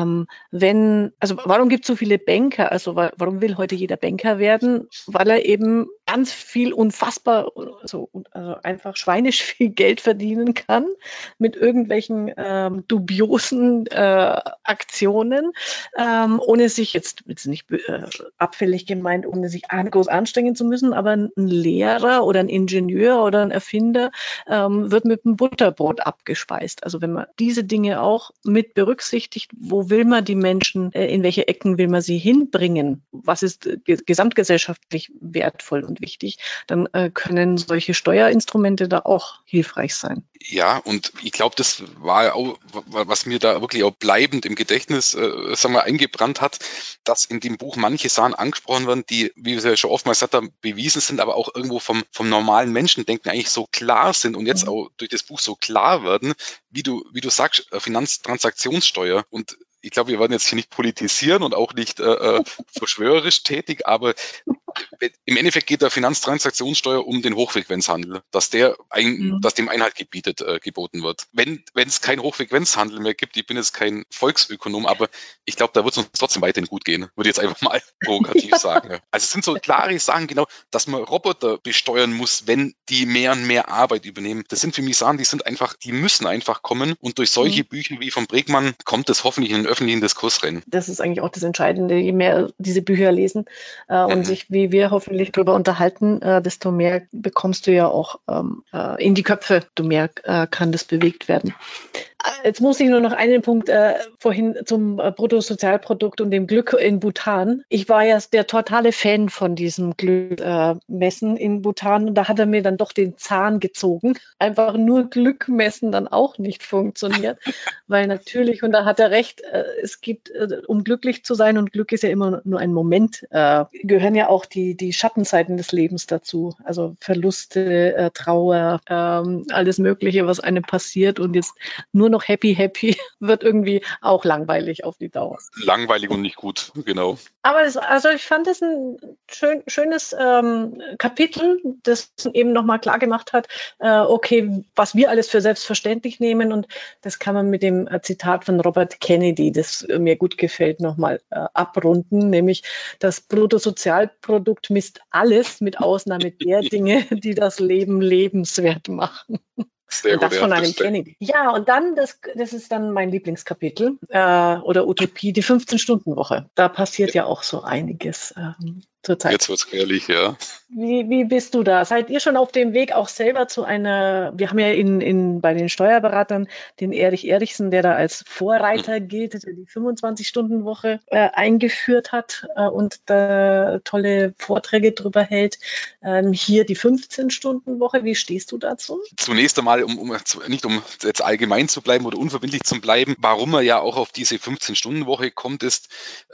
Speaker 1: Warum gibt es so viele Banker? Also warum will heute jeder Banker werden? Weil er eben ganz viel unfassbar, also einfach schweinisch viel Geld verdienen kann mit irgendwelchen dubiosen Aktionen, ohne sich jetzt nicht abfällig gemeint, ohne sich groß anstrengen zu müssen, aber ein Lehrer oder ein Ingenieur oder ein Erfinder wird mit einem Butterbrot abgespeist. Also wenn man diese Dinge auch mit berücksichtigt, wo will man die Menschen, in welche Ecken will man sie hinbringen, was ist gesamtgesellschaftlich wertvoll und wichtig, dann können solche Steuerinstrumente da auch hilfreich sein.
Speaker 2: Ja, und ich glaube, das war auch, was mir da wirklich auch bleibend im Gedächtnis eingebrannt hat, dass in dem Buch manche Sachen angesprochen werden, die, wie wir es ja schon oftmals gesagt haben, bewiesen sind, aber auch irgendwo vom normalen Menschendenken eigentlich so klar sind und jetzt auch durch das Buch so klar werden, wie du sagst, Finanztransaktionssteuer. Und ich glaube, wir werden jetzt hier nicht politisieren und auch nicht verschwörerisch tätig, aber im Endeffekt geht der Finanztransaktionssteuer um den Hochfrequenzhandel, dass dem Einhalt geboten wird. Wenn es keinen Hochfrequenzhandel mehr gibt, ich bin jetzt kein Volksökonom, aber ich glaube, da wird es uns trotzdem weiterhin gut gehen, würde ich jetzt einfach mal provokativ sagen. Also es sind so klare Sachen, genau, dass man Roboter besteuern muss, wenn die mehr und mehr Arbeit übernehmen. Das sind für mich Sachen, die müssen einfach kommen, und durch solche Bücher wie von Bregmann kommt es hoffentlich in den öffentlichen Diskurs rein.
Speaker 1: Das ist eigentlich auch das Entscheidende, je mehr diese Bücher lesen und sich, wie wir hoffentlich darüber unterhalten, desto mehr bekommst du ja auch in die Köpfe, desto mehr kann das bewegt werden. Jetzt muss ich nur noch einen Punkt vorhin zum Bruttosozialprodukt und dem Glück in Bhutan. Ich war ja der totale Fan von diesem Glückmessen in Bhutan, und da hat er mir dann doch den Zahn gezogen. Einfach nur Glück messen dann auch nicht funktioniert, weil natürlich, und da hat er recht, es gibt, um glücklich zu sein, und Glück ist ja immer nur ein Moment, gehören ja auch die Schattenseiten des Lebens dazu. Also Verluste, Trauer, alles Mögliche, was einem passiert, und jetzt nur noch happy wird irgendwie auch langweilig auf die Dauer.
Speaker 2: Langweilig und nicht gut, genau.
Speaker 1: Aber ich fand es ein schönes Kapitel, das eben nochmal klar gemacht hat, okay, was wir alles für selbstverständlich nehmen, und das kann man mit dem Zitat von Robert Kennedy, das mir gut gefällt, nochmal abrunden, nämlich das Bruttosozialprodukt misst alles, mit Ausnahme der Dinge, die das Leben lebenswert machen.
Speaker 2: Sehr
Speaker 1: und das
Speaker 2: gut,
Speaker 1: von einem Kennedy. Ja, und dann, das ist dann mein Lieblingskapitel oder Utopie, die 15-Stunden-Woche. Da passiert ja auch so einiges zurzeit.
Speaker 2: Jetzt wird's ehrlich, ja.
Speaker 1: Wie bist du da? Seid ihr schon auf dem Weg auch selber zu einer, wir haben ja bei den Steuerberatern den Erich Erichsen, der da als Vorreiter gilt, der die 25-Stunden-Woche eingeführt hat und da tolle Vorträge drüber hält. Hier die 15-Stunden-Woche. Wie stehst du dazu?
Speaker 2: Zunächst einmal, um jetzt allgemein zu bleiben oder unverbindlich zu bleiben, warum er ja auch auf diese 15-Stunden-Woche kommt, ist,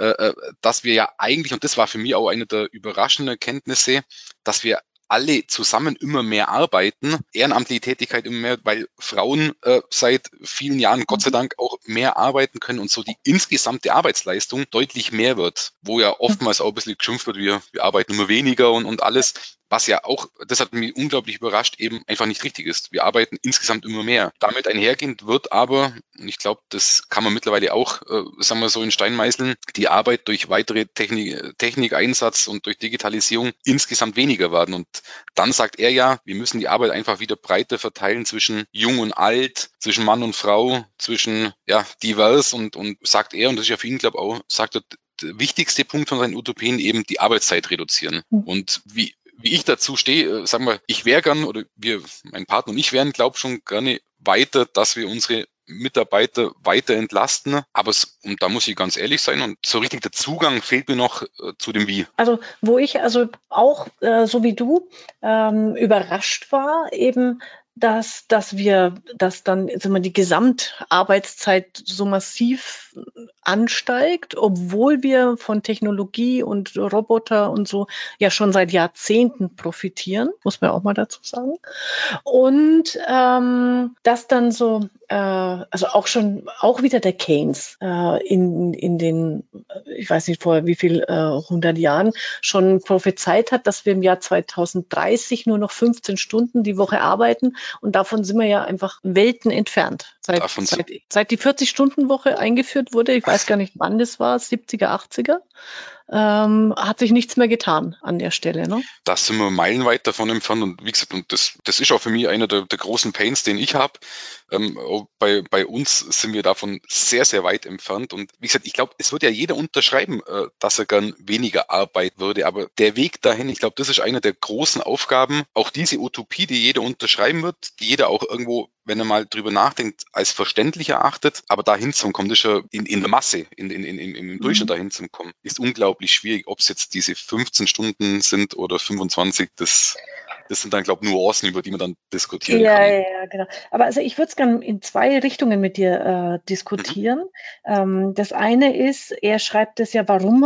Speaker 2: dass wir ja eigentlich, und das war für mich auch eine der überraschenden Erkenntnisse, dass wir alle zusammen immer mehr arbeiten, ehrenamtliche Tätigkeit immer mehr, weil Frauen seit vielen Jahren Gott sei Dank auch mehr arbeiten können und so die insgesamte Arbeitsleistung deutlich mehr wird, wo ja oftmals auch ein bisschen geschimpft wird, wir arbeiten immer weniger und alles. Was ja auch, das hat mich unglaublich überrascht, eben einfach nicht richtig ist. Wir arbeiten insgesamt immer mehr. Damit einhergehend wird aber, und ich glaube, das kann man mittlerweile auch, sagen wir so, in Stein meißeln, die Arbeit durch weitere Technikeinsatz und durch Digitalisierung insgesamt weniger werden. Und dann sagt er ja, wir müssen die Arbeit einfach wieder breiter verteilen zwischen Jung und Alt, zwischen Mann und Frau, zwischen divers und sagt er, und das ist ja für ihn, glaube ich, auch, sagt er, der wichtigste Punkt von seinen Utopien eben die Arbeitszeit reduzieren. Und wie ich dazu stehe, sagen wir, ich wäre gern, oder mein Partner und ich wären, glaube schon gerne weiter, dass wir unsere Mitarbeiter weiter entlasten. Aber und da muss ich ganz ehrlich sein, und so richtig der Zugang fehlt mir noch zu dem Wie.
Speaker 1: Also wo ich auch so wie du überrascht war, eben dass dann die Gesamtarbeitszeit so massiv ansteigt, obwohl wir von Technologie und Roboter und so ja schon seit Jahrzehnten profitieren, muss man auch mal dazu sagen. Und dass dann so, also auch wieder der Keynes in den, ich weiß nicht vor wie viel 100 Jahren schon prophezeit hat, dass wir im Jahr 2030 nur noch 15 Stunden die Woche arbeiten. Und davon sind wir ja einfach Welten entfernt. Seit die 40-Stunden-Woche eingeführt wurde, ich weiß gar nicht, wann das war, 70er, 80er, hat sich nichts mehr getan an der Stelle. Ne?
Speaker 2: Da sind wir meilenweit davon entfernt, und wie gesagt, und das ist auch für mich einer der großen Pains, den ich habe. Bei uns sind wir davon sehr, sehr weit entfernt, und wie gesagt, ich glaube, es wird ja jeder unterschreiben, dass er gern weniger arbeiten würde, aber der Weg dahin, ich glaube, das ist eine der großen Aufgaben, auch diese Utopie, die jeder unterschreiben wird, die jeder auch irgendwo, wenn er mal drüber nachdenkt, als verständlich erachtet, aber dahin zu kommen, das ist ja in der Masse, im Durchschnitt dahin zu kommen, ist unglaublich schwierig, ob es jetzt diese 15 Stunden sind oder 25, das sind dann, glaube ich, Nuancen, über die man dann diskutieren kann.
Speaker 1: Ja, genau. Aber also ich würde es gerne in zwei Richtungen mit dir diskutieren. Das eine ist, er schreibt es ja, warum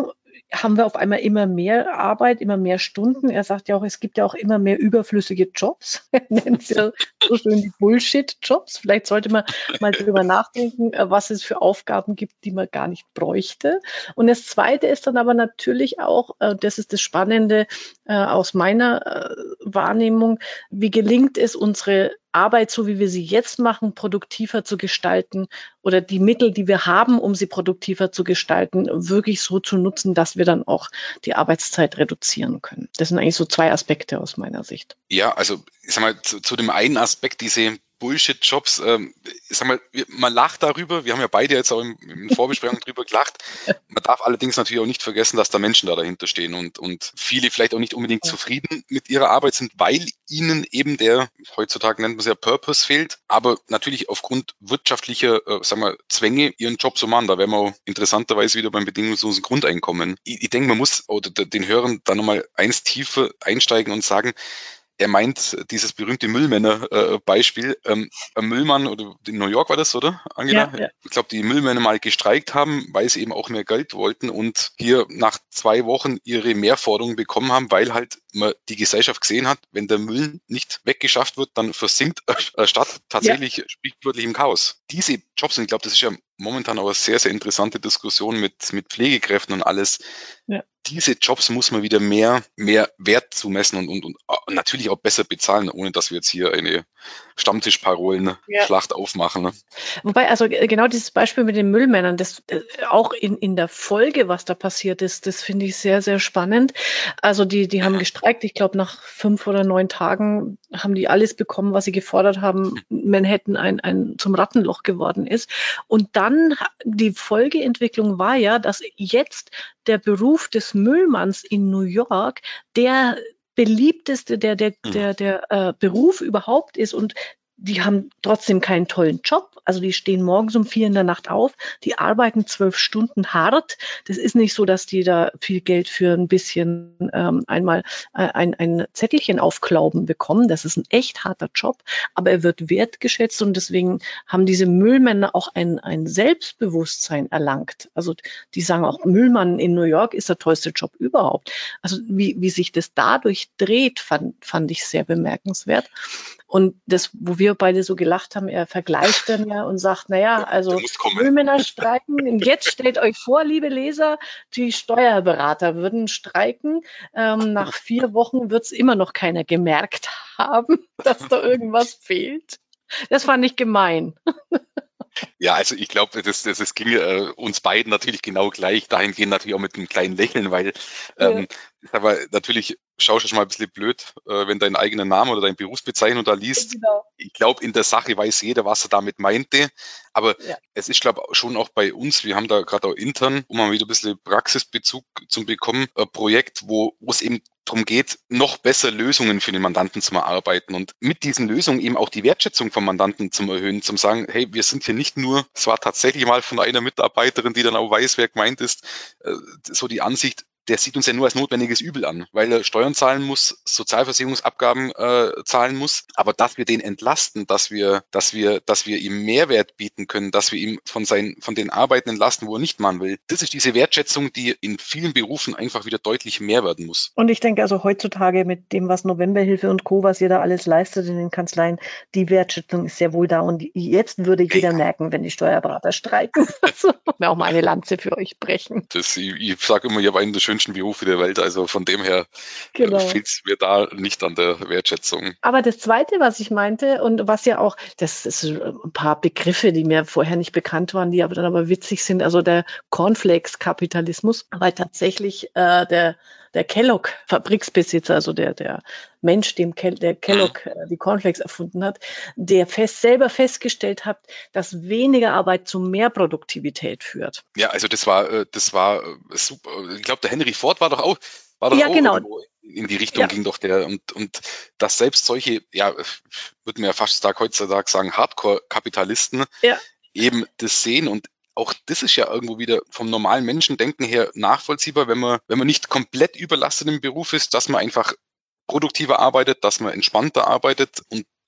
Speaker 1: haben wir auf einmal immer mehr Arbeit, immer mehr Stunden. Er sagt ja auch, es gibt ja auch immer mehr überflüssige Jobs. Er nennt es ja so schön die Bullshit-Jobs. Vielleicht sollte man mal drüber nachdenken, was es für Aufgaben gibt, die man gar nicht bräuchte. Und das Zweite ist dann aber natürlich auch, das ist das Spannende aus meiner Wahrnehmung, wie gelingt es, unsere Arbeit, so wie wir sie jetzt machen, produktiver zu gestalten oder die Mittel, die wir haben, um sie produktiver zu gestalten, wirklich so zu nutzen, dass wir dann auch die Arbeitszeit reduzieren können. Das sind eigentlich so zwei Aspekte aus meiner Sicht.
Speaker 2: Ja, also ich sag mal, zu dem einen Aspekt, diese Bullshit-Jobs, ich sag mal, man lacht darüber, wir haben ja beide jetzt auch in Vorbesprechung drüber gelacht. Man darf allerdings natürlich auch nicht vergessen, dass da Menschen da dahinter stehen und viele vielleicht auch nicht unbedingt zufrieden mit ihrer Arbeit sind, weil ihnen eben heutzutage nennt man es ja Purpose fehlt, aber natürlich aufgrund wirtschaftlicher, Zwänge ihren Job so machen. Da wären wir auch interessanterweise wieder beim bedingungslosen Grundeinkommen. Ich denke, man muss oder den Hörern da nochmal eins tiefer einsteigen und sagen, er meint dieses berühmte Müllmänner-Beispiel. Ein Müllmann, oder in New York war das, oder, Angela?
Speaker 1: Ja.
Speaker 2: Ich glaube, die Müllmänner mal gestreikt haben, weil sie eben auch mehr Geld wollten und hier nach 2 Wochen ihre Mehrforderungen bekommen haben, weil halt man die Gesellschaft gesehen hat, wenn der Müll nicht weggeschafft wird, dann versinkt Stadt tatsächlich sprichwörtlich im Chaos. Diese Jobs, und ich glaube, das ist ja momentan auch eine sehr, sehr interessante Diskussion mit Pflegekräften und alles. Ja. Diese Jobs muss man wieder mehr Wert zumessen und natürlich auch besser bezahlen, ohne dass wir jetzt hier eine Stammtischparolen-Schlacht aufmachen. Ne?
Speaker 1: Wobei, also genau dieses Beispiel mit den Müllmännern, das auch in der Folge, was da passiert ist, das finde ich sehr, sehr spannend. Also die haben gestreikt, ich glaube nach 5 oder 9 Tagen haben die alles bekommen, was sie gefordert haben, Manhattan ein zum Rattenloch geworden ist. Und dann die Folgeentwicklung war ja, dass jetzt der Beruf des Müllmanns in New York der beliebteste, der Beruf überhaupt ist und die haben trotzdem keinen tollen Job. Also die stehen morgens um 4 in der Nacht auf, die arbeiten 12 Stunden hart. Das ist nicht so, dass die da viel Geld für ein bisschen einmal ein Zettelchen aufklauben bekommen. Das ist ein echt harter Job, aber er wird wertgeschätzt und deswegen haben diese Müllmänner auch ein Selbstbewusstsein erlangt. Also die sagen auch, Müllmann in New York ist der tollste Job überhaupt. Also wie sich das dadurch dreht, fand ich sehr bemerkenswert. Und das, wo wir beide so gelacht haben, er vergleicht dann ja und sagt, naja, also Müllmänner streiken. Und jetzt stellt euch vor, liebe Leser, die Steuerberater würden streiken. Nach 4 Wochen wird es immer noch keiner gemerkt haben, dass da irgendwas fehlt. Das fand ich gemein.
Speaker 2: Ja, also ich glaube, das ging uns beiden natürlich genau gleich, dahingehend natürlich auch mit einem kleinen Lächeln, weil aber natürlich schaust du schon mal ein bisschen blöd, wenn deinen eigenen Namen oder deine Berufsbezeichnung da liest. Genau. Ich glaube, in der Sache weiß jeder, was er damit meinte. Aber es ist, glaube ich, schon auch bei uns, wir haben da gerade auch intern, um mal wieder ein bisschen Praxisbezug zu bekommen, ein Projekt, wo es eben darum geht, noch besser Lösungen für den Mandanten zu erarbeiten und mit diesen Lösungen eben auch die Wertschätzung vom Mandanten zu erhöhen, zum sagen, hey, wir sind hier nicht nur, es war tatsächlich mal von einer Mitarbeiterin, die dann auch weiß, wer gemeint ist, so die Ansicht, der sieht uns ja nur als notwendiges Übel an, weil er Steuern zahlen muss, Sozialversicherungsabgaben zahlen muss, aber dass wir den entlasten, dass wir ihm Mehrwert bieten können, dass wir ihm von den Arbeiten entlasten, wo er nicht machen will. Das ist diese Wertschätzung, die in vielen Berufen einfach wieder deutlich mehr werden muss.
Speaker 1: Und ich denke also heutzutage mit dem, was Novemberhilfe und Co., was ihr da alles leistet in den Kanzleien, die Wertschätzung ist sehr wohl da und jetzt würde jeder merken, wenn die Steuerberater streiken. Also auch mal eine Lanze für euch brechen.
Speaker 2: Ich sage immer, ich habe einen der schönsten Berufe der Welt, also von dem her fehlt es mir da nicht an der Wertschätzung.
Speaker 1: Aber das Zweite, was ich meinte und was ja auch, das ist ein paar Begriffe, die mir vorher nicht bekannt waren, die aber dann witzig sind, also der Cornflakes-Kapitalismus, weil tatsächlich der Kellogg-Fabriksbesitzer, also der Mensch, der Kellogg die Cornflakes erfunden hat, der selber festgestellt hat, dass weniger Arbeit zu mehr Produktivität führt.
Speaker 2: Ja, also das war super. Ich glaube, der Henry Ford war doch auch
Speaker 1: genau.
Speaker 2: irgendwo in die Richtung ging doch der und dass selbst solche, würde man ja fast heutzutage sagen, Hardcore-Kapitalisten eben das sehen und auch das ist ja irgendwo wieder vom normalen Menschendenken her nachvollziehbar, wenn man nicht komplett überlastet im Beruf ist, dass man einfach produktiver arbeitet, dass man entspannter arbeitet und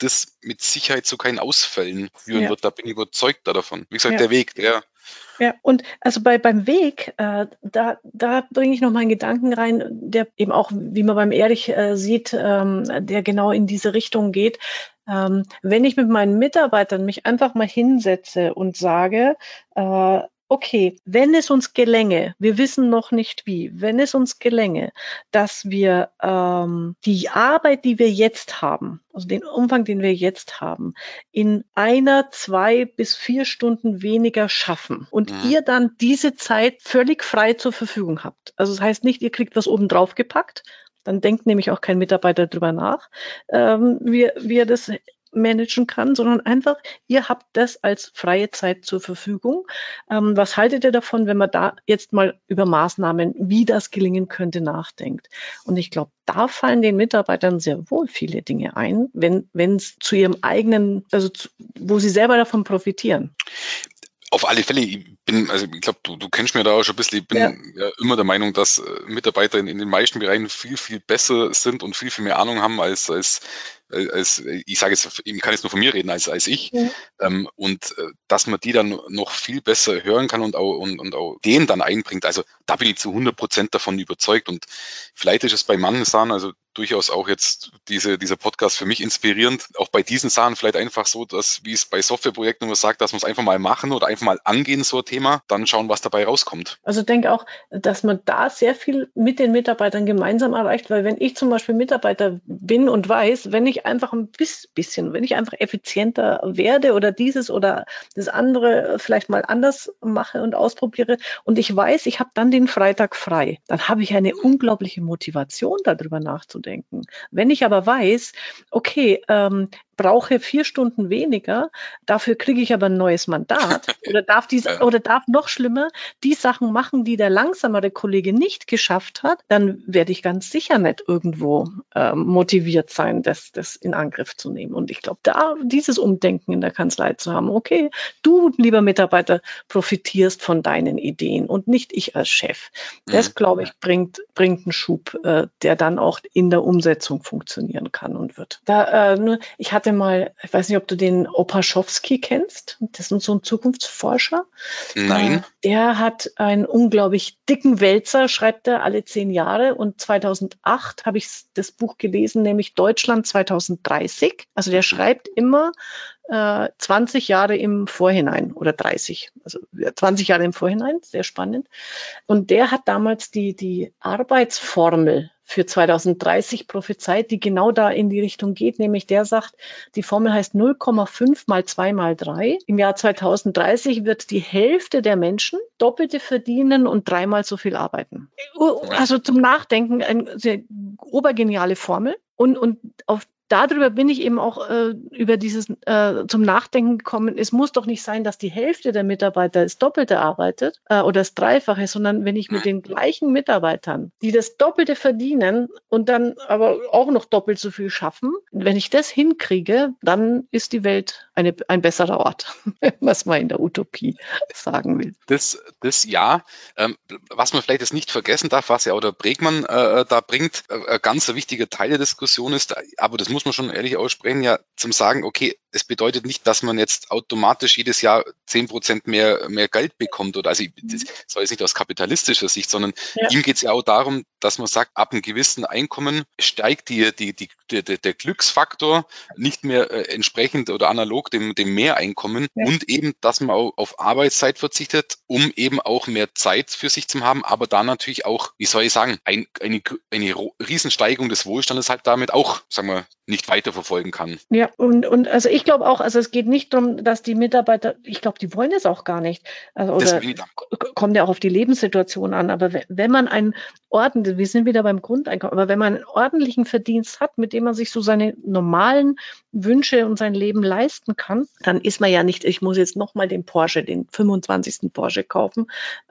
Speaker 2: das mit Sicherheit zu keinen Ausfällen führen wird. Da bin ich überzeugt davon. Wie gesagt,
Speaker 1: Ja.
Speaker 2: der Weg, der
Speaker 1: Ja, und also beim Weg, da bringe ich noch mal einen Gedanken rein, der eben auch, wie man beim Erich sieht, der genau in diese Richtung geht. Wenn ich mit meinen Mitarbeitern mich einfach mal hinsetze und sage, okay, wenn es uns gelänge, wir wissen noch nicht wie, wenn es uns gelänge, dass wir die Arbeit, die wir jetzt haben, also den Umfang, den wir jetzt haben, in 1, 2 bis 4 Stunden weniger schaffen und ihr dann diese Zeit völlig frei zur Verfügung habt. Also das heißt nicht, ihr kriegt was oben drauf gepackt, dann denkt nämlich auch kein Mitarbeiter drüber nach, wie er das managen kann, sondern einfach, ihr habt das als freie Zeit zur Verfügung. Was haltet ihr davon, wenn man da jetzt mal über Maßnahmen, wie das gelingen könnte, nachdenkt? Und ich glaube, da fallen den Mitarbeitern sehr wohl viele Dinge ein, wenn es zu ihrem eigenen, wo sie selber davon profitieren.
Speaker 2: Auf alle Fälle, ich glaube, du kennst mich da auch schon ein bisschen. Ich bin ja immer der Meinung, dass Mitarbeiter in den meisten Bereichen viel, viel besser sind und viel, viel mehr Ahnung haben als ich sage jetzt, ich kann jetzt nur von mir reden, als ich. Ja. Und dass man die dann noch viel besser hören kann und auch den dann einbringt. Also da bin ich zu 100% davon überzeugt. Und vielleicht ist es bei manchen Sachen, also durchaus auch jetzt dieser Podcast für mich inspirierend. Auch bei diesen Sachen vielleicht einfach so, dass, wie es bei Softwareprojekten immer sagt, dass man es einfach mal machen oder einfach mal angehen, so ein Thema, dann schauen, was dabei rauskommt.
Speaker 1: Also ich denke auch, dass man da sehr viel mit den Mitarbeitern gemeinsam erreicht, weil wenn ich zum Beispiel Mitarbeiter bin und weiß, wenn ich einfach ein bisschen, wenn ich einfach effizienter werde oder dieses oder das andere vielleicht mal anders mache und ausprobiere und ich weiß, ich habe dann den Freitag frei, dann habe ich eine unglaubliche Motivation, darüber nachzudenken. Wenn ich aber weiß, okay, brauche 4 Stunden weniger, dafür kriege ich aber ein neues Mandat oder darf noch schlimmer die Sachen machen, die der langsamere Kollege nicht geschafft hat, dann werde ich ganz sicher nicht irgendwo motiviert sein, das in Angriff zu nehmen. Und ich glaube, da dieses Umdenken in der Kanzlei zu haben, okay, du, lieber Mitarbeiter, profitierst von deinen Ideen und nicht ich als Chef. Das, glaube ich, bringt einen Schub, der dann auch in der Umsetzung funktionieren kann und wird. Ich hatte mal, ich weiß nicht, ob du den Opaschowski kennst, das ist so ein Zukunftsforscher.
Speaker 2: Nein.
Speaker 1: Der hat einen unglaublich dicken Wälzer, schreibt er alle 10 Jahre und 2008 habe ich das Buch gelesen, nämlich Deutschland 2030. Also der schreibt immer 20 Jahre im Vorhinein oder 30, also 20 Jahre im Vorhinein, sehr spannend. Und der hat damals die Arbeitsformel für 2030 prophezeit, die genau da in die Richtung geht, nämlich der sagt, die Formel heißt 0,5 mal 2 mal 3. Im Jahr 2030 wird die Hälfte der Menschen Doppelte verdienen und 3-mal so viel arbeiten. Also zum Nachdenken eine sehr obergeniale Formel und darüber bin ich eben auch über dieses zum Nachdenken gekommen. Es muss doch nicht sein, dass die Hälfte der Mitarbeiter das Doppelte arbeitet oder das Dreifache, sondern wenn ich mit den gleichen Mitarbeitern, die das Doppelte verdienen und dann aber auch noch doppelt so viel schaffen, wenn ich das hinkriege, dann ist die Welt ein besserer Ort, was man in der Utopie sagen will.
Speaker 2: Das ja. Was man vielleicht jetzt nicht vergessen darf, was ja auch der Bregmann da bringt, ein ganz wichtiger Teil der Diskussion ist, aber das muss man schon ehrlich aussprechen, ja, zum sagen, okay, es bedeutet nicht, dass man jetzt automatisch jedes Jahr 10% mehr Geld bekommt oder das soll jetzt nicht aus kapitalistischer Sicht, sondern ihm geht es ja auch darum, dass man sagt, ab einem gewissen Einkommen steigt der Glücksfaktor nicht mehr entsprechend oder analog dem Mehreinkommen und eben, dass man auch auf Arbeitszeit verzichtet, um eben auch mehr Zeit für sich zu haben, aber dann natürlich auch, wie soll ich sagen, eine Riesensteigerung des Wohlstandes halt damit auch, sagen wir, nicht weiterverfolgen kann.
Speaker 1: Ja, und also ich glaube auch, also es geht nicht darum, dass die Mitarbeiter, ich glaube, die wollen es auch gar nicht. Also, oder kommt ja auch auf die Lebenssituation an, aber wenn man wir sind wieder beim Grundeinkommen, aber wenn man einen ordentlichen Verdienst hat, mit dem man sich so seine normalen Wünsche und sein Leben leisten kann, dann ist man ja nicht, ich muss jetzt nochmal den 25. Porsche kaufen,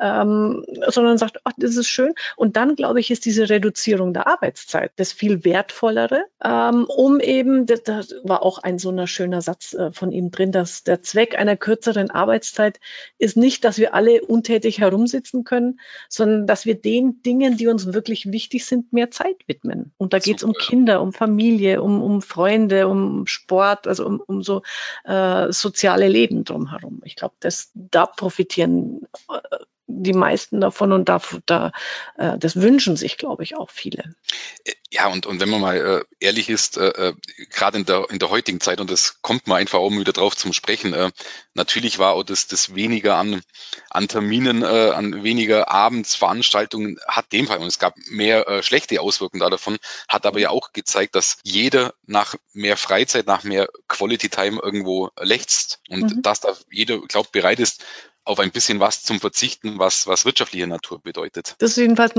Speaker 1: sondern sagt, ach, das ist schön. Und dann, glaube ich, ist diese Reduzierung der Arbeitszeit das viel wertvollere, um eben, das war auch ein so ein schöner Satz von ihm drin, dass der Zweck einer kürzeren Arbeitszeit ist nicht, dass wir alle untätig herumsitzen können, sondern dass wir den Dingen, die uns wirklich wichtig sind, mehr Zeit widmen. Und da geht es um Kinder, um Familie, um Freunde, um Sport, also um so soziale Leben drumherum. Ich glaube, da profitieren die meisten davon und das wünschen sich, glaube ich, auch viele.
Speaker 2: Ja, und wenn man mal ehrlich ist, gerade in der heutigen Zeit, und das kommt man einfach auch mal wieder drauf zum Sprechen, natürlich war auch das weniger an Terminen, an weniger Abendsveranstaltungen, hat dem Fall, und es gab mehr schlechte Auswirkungen davon, hat aber ja auch gezeigt, dass jeder nach mehr Freizeit, nach mehr Quality Time irgendwo lechzt und dass da jeder, glaubt, bereit ist, auf ein bisschen was zum Verzichten, was wirtschaftliche Natur bedeutet.
Speaker 1: Das ist jedenfalls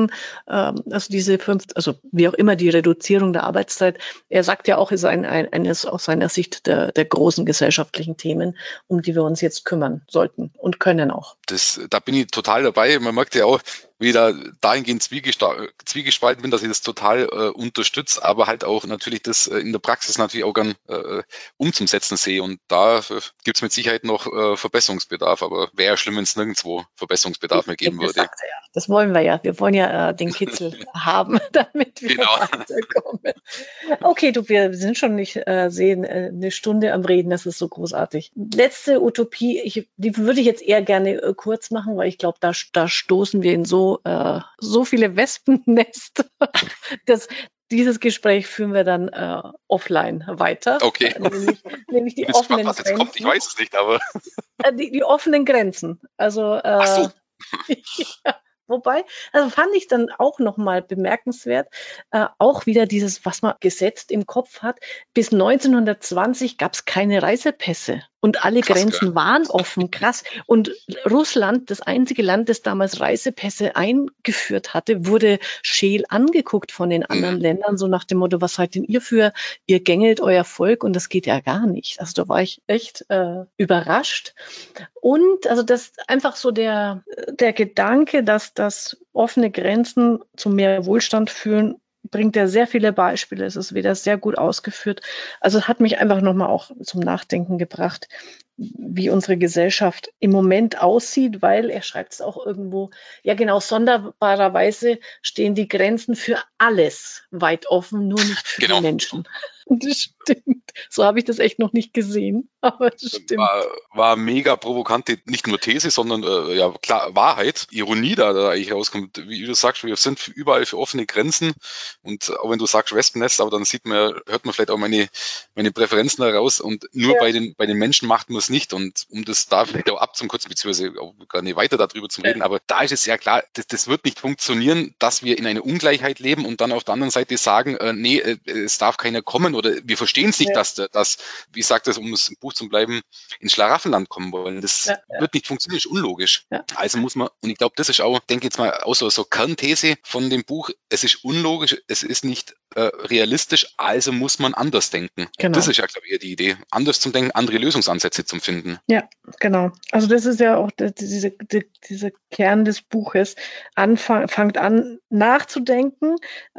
Speaker 1: also wie auch immer die Reduzierung der Arbeitszeit. Er sagt ja auch, ist eines aus seiner Sicht der großen gesellschaftlichen Themen, um die wir uns jetzt kümmern sollten und können auch.
Speaker 2: Da bin ich total dabei. Man merkt ja auch, wie ich da dahingehend zwiegespalten bin, dass ich das total unterstütze, aber halt auch natürlich das in der Praxis natürlich auch gern umzusetzen sehe. Und da gibt es mit Sicherheit noch Verbesserungsbedarf, aber wäre ja schlimm, wenn es nirgendwo Verbesserungsbedarf mehr geben würde.
Speaker 1: Das wollen wir ja. Wir wollen ja den Kitzel haben, damit wir weiterkommen. Okay, wir sind schon nicht eine Stunde am Reden, das ist so großartig. Letzte Utopie, die würde ich jetzt eher gerne kurz machen, weil ich glaube, da stoßen wir in so viele Wespennester, dass dieses Gespräch führen wir dann offline weiter.
Speaker 2: Okay.
Speaker 1: Nämlich die offenen
Speaker 2: Grenzen. Jetzt kommt, ich weiß es nicht, aber
Speaker 1: die offenen Grenzen. Also
Speaker 2: ach so.
Speaker 1: ja. Wobei, also fand ich dann auch nochmal bemerkenswert, auch wieder dieses, was man gesetzt im Kopf hat. Bis 1920 gab es keine Reisepässe und alle Grenzen waren offen. Krass. Und Russland, das einzige Land, das damals Reisepässe eingeführt hatte, wurde scheel angeguckt von den anderen Ländern, so nach dem Motto, was seid denn ihr für, ihr gängelt euer Volk, und das geht ja gar nicht. Also da war ich echt überrascht. Und also das einfach so der Gedanke, dass offene Grenzen zu mehr Wohlstand führen, bringt er sehr viele Beispiele. Es ist wieder sehr gut ausgeführt. Also es hat mich einfach nochmal auch zum Nachdenken gebracht, wie unsere Gesellschaft im Moment aussieht, weil er schreibt es auch irgendwo, ja genau, sonderbarerweise stehen die Grenzen für alles weit offen, nur nicht für die Menschen. Das stimmt. So habe ich das echt noch nicht gesehen, aber das stimmt.
Speaker 2: War mega provokante, nicht nur These, sondern ja klar, Wahrheit, Ironie da eigentlich rauskommt. Wie du sagst, wir sind überall für offene Grenzen, und auch wenn du sagst Wespennest, aber dann hört man vielleicht auch meine Präferenzen heraus, und nur bei den Menschen macht man es nicht, und um das da vielleicht auch abzukürzen, beziehungsweise auch gar nicht weiter darüber zu reden, aber da ist es ja klar, das wird nicht funktionieren, dass wir in einer Ungleichheit leben und dann auf der anderen Seite sagen, nee, es darf keiner kommen, oder wir verstehen es nicht, dass, wie ich sagte, um es im Buch zu bleiben, ins Schlaraffenland kommen wollen. Das wird nicht funktionieren, ist unlogisch. Ja. Also muss man, und ich glaube, das ist auch, denke jetzt mal, auch so Kernthese von dem Buch, es ist unlogisch, es ist nicht realistisch, also muss man anders denken. Genau. Das ist ja, glaube ich, die Idee, anders zum Denken, andere Lösungsansätze zum Finden.
Speaker 1: Ja, genau. Also das ist ja auch dieser Kern des Buches. Fangt an nachzudenken,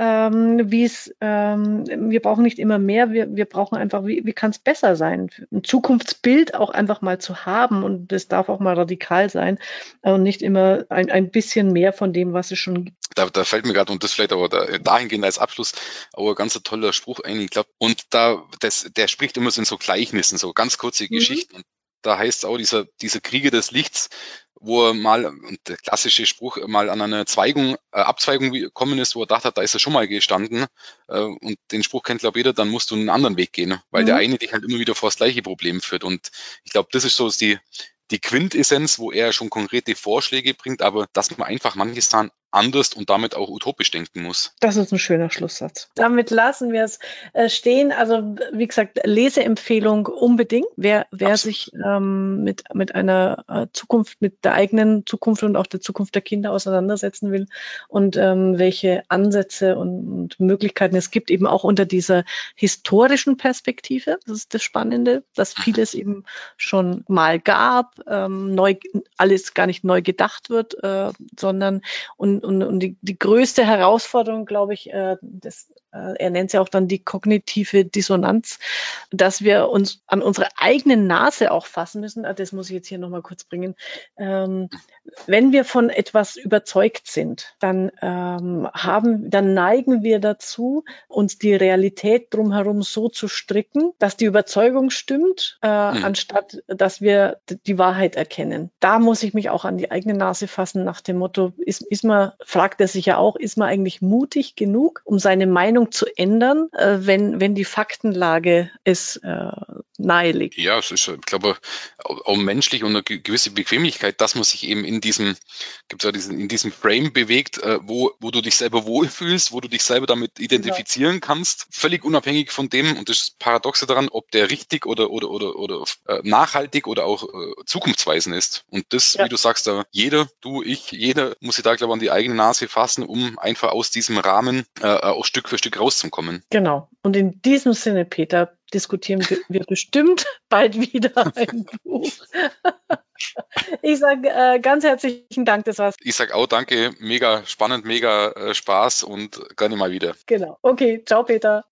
Speaker 1: wir brauchen nicht immer mehr, wir brauchen einfach, wie kann es besser sein? Ein Zukunftsbild auch einfach mal zu haben, und das darf auch mal radikal sein und nicht immer ein bisschen mehr von dem, was es schon gibt.
Speaker 2: Da fällt mir gerade, und das vielleicht aber dahingehend als Abschluss, auch ein ganz toller Spruch ein, ich glaube, und der spricht immer so in so Gleichnissen, so ganz kurze Geschichten. Und da heißt es auch, dieser Krieger des Lichts, wo er mal, und der klassische Spruch, mal an einer Abzweigung gekommen ist, wo er dachte, da ist er schon mal gestanden, und den Spruch kennt, glaube ich, jeder, dann musst du einen anderen Weg gehen, weil der eine dich halt immer wieder vor das gleiche Problem führt. Und ich glaube, das ist so die Quintessenz, wo er schon konkrete Vorschläge bringt, aber dass man einfach manches dann anders und damit auch utopisch denken muss.
Speaker 1: Das ist ein schöner Schlusssatz. Damit lassen wir es stehen. Also wie gesagt, Leseempfehlung unbedingt. Wer sich mit einer Zukunft, mit der eigenen Zukunft und auch der Zukunft der Kinder auseinandersetzen will und welche Ansätze und Möglichkeiten es gibt, eben auch unter dieser historischen Perspektive. Das ist das Spannende, dass vieles eben schon mal gab, alles gar nicht neu gedacht wird, sondern und die größte Herausforderung, glaube ich, er nennt es ja auch dann die kognitive Dissonanz, dass wir uns an unsere eigene Nase auch fassen müssen. Das muss ich jetzt hier nochmal kurz bringen. Wenn wir von etwas überzeugt sind, dann neigen wir dazu, uns die Realität drumherum so zu stricken, dass die Überzeugung stimmt, anstatt dass wir die Wahrheit erkennen. Da muss ich mich auch an die eigene Nase fassen nach dem Motto, fragt er sich ja auch, ist man eigentlich mutig genug, um seine Meinung zu ändern, wenn die Faktenlage es nahelegt?
Speaker 2: Ja, es ist, ich glaube, auch menschlich und eine gewisse Bequemlichkeit, dass man sich eben in diesem Frame bewegt, wo du dich selber wohlfühlst, wo du dich selber damit identifizieren kannst, völlig unabhängig von dem, und das Paradoxe daran, ob der richtig oder nachhaltig oder auch zukunftsweisend ist. Und das, wie du sagst, jeder muss sich da, glaube ich, an die eigene Nase fassen, um einfach aus diesem Rahmen auch Stück für Stück rauszukommen.
Speaker 1: Genau. Und in diesem Sinne, Peter, diskutieren wir bestimmt bald wieder ein Buch. Ich sage ganz herzlichen Dank, das war's.
Speaker 2: Ich sage auch danke, mega spannend, mega Spaß und gerne mal wieder.
Speaker 1: Genau. Okay, ciao Peter.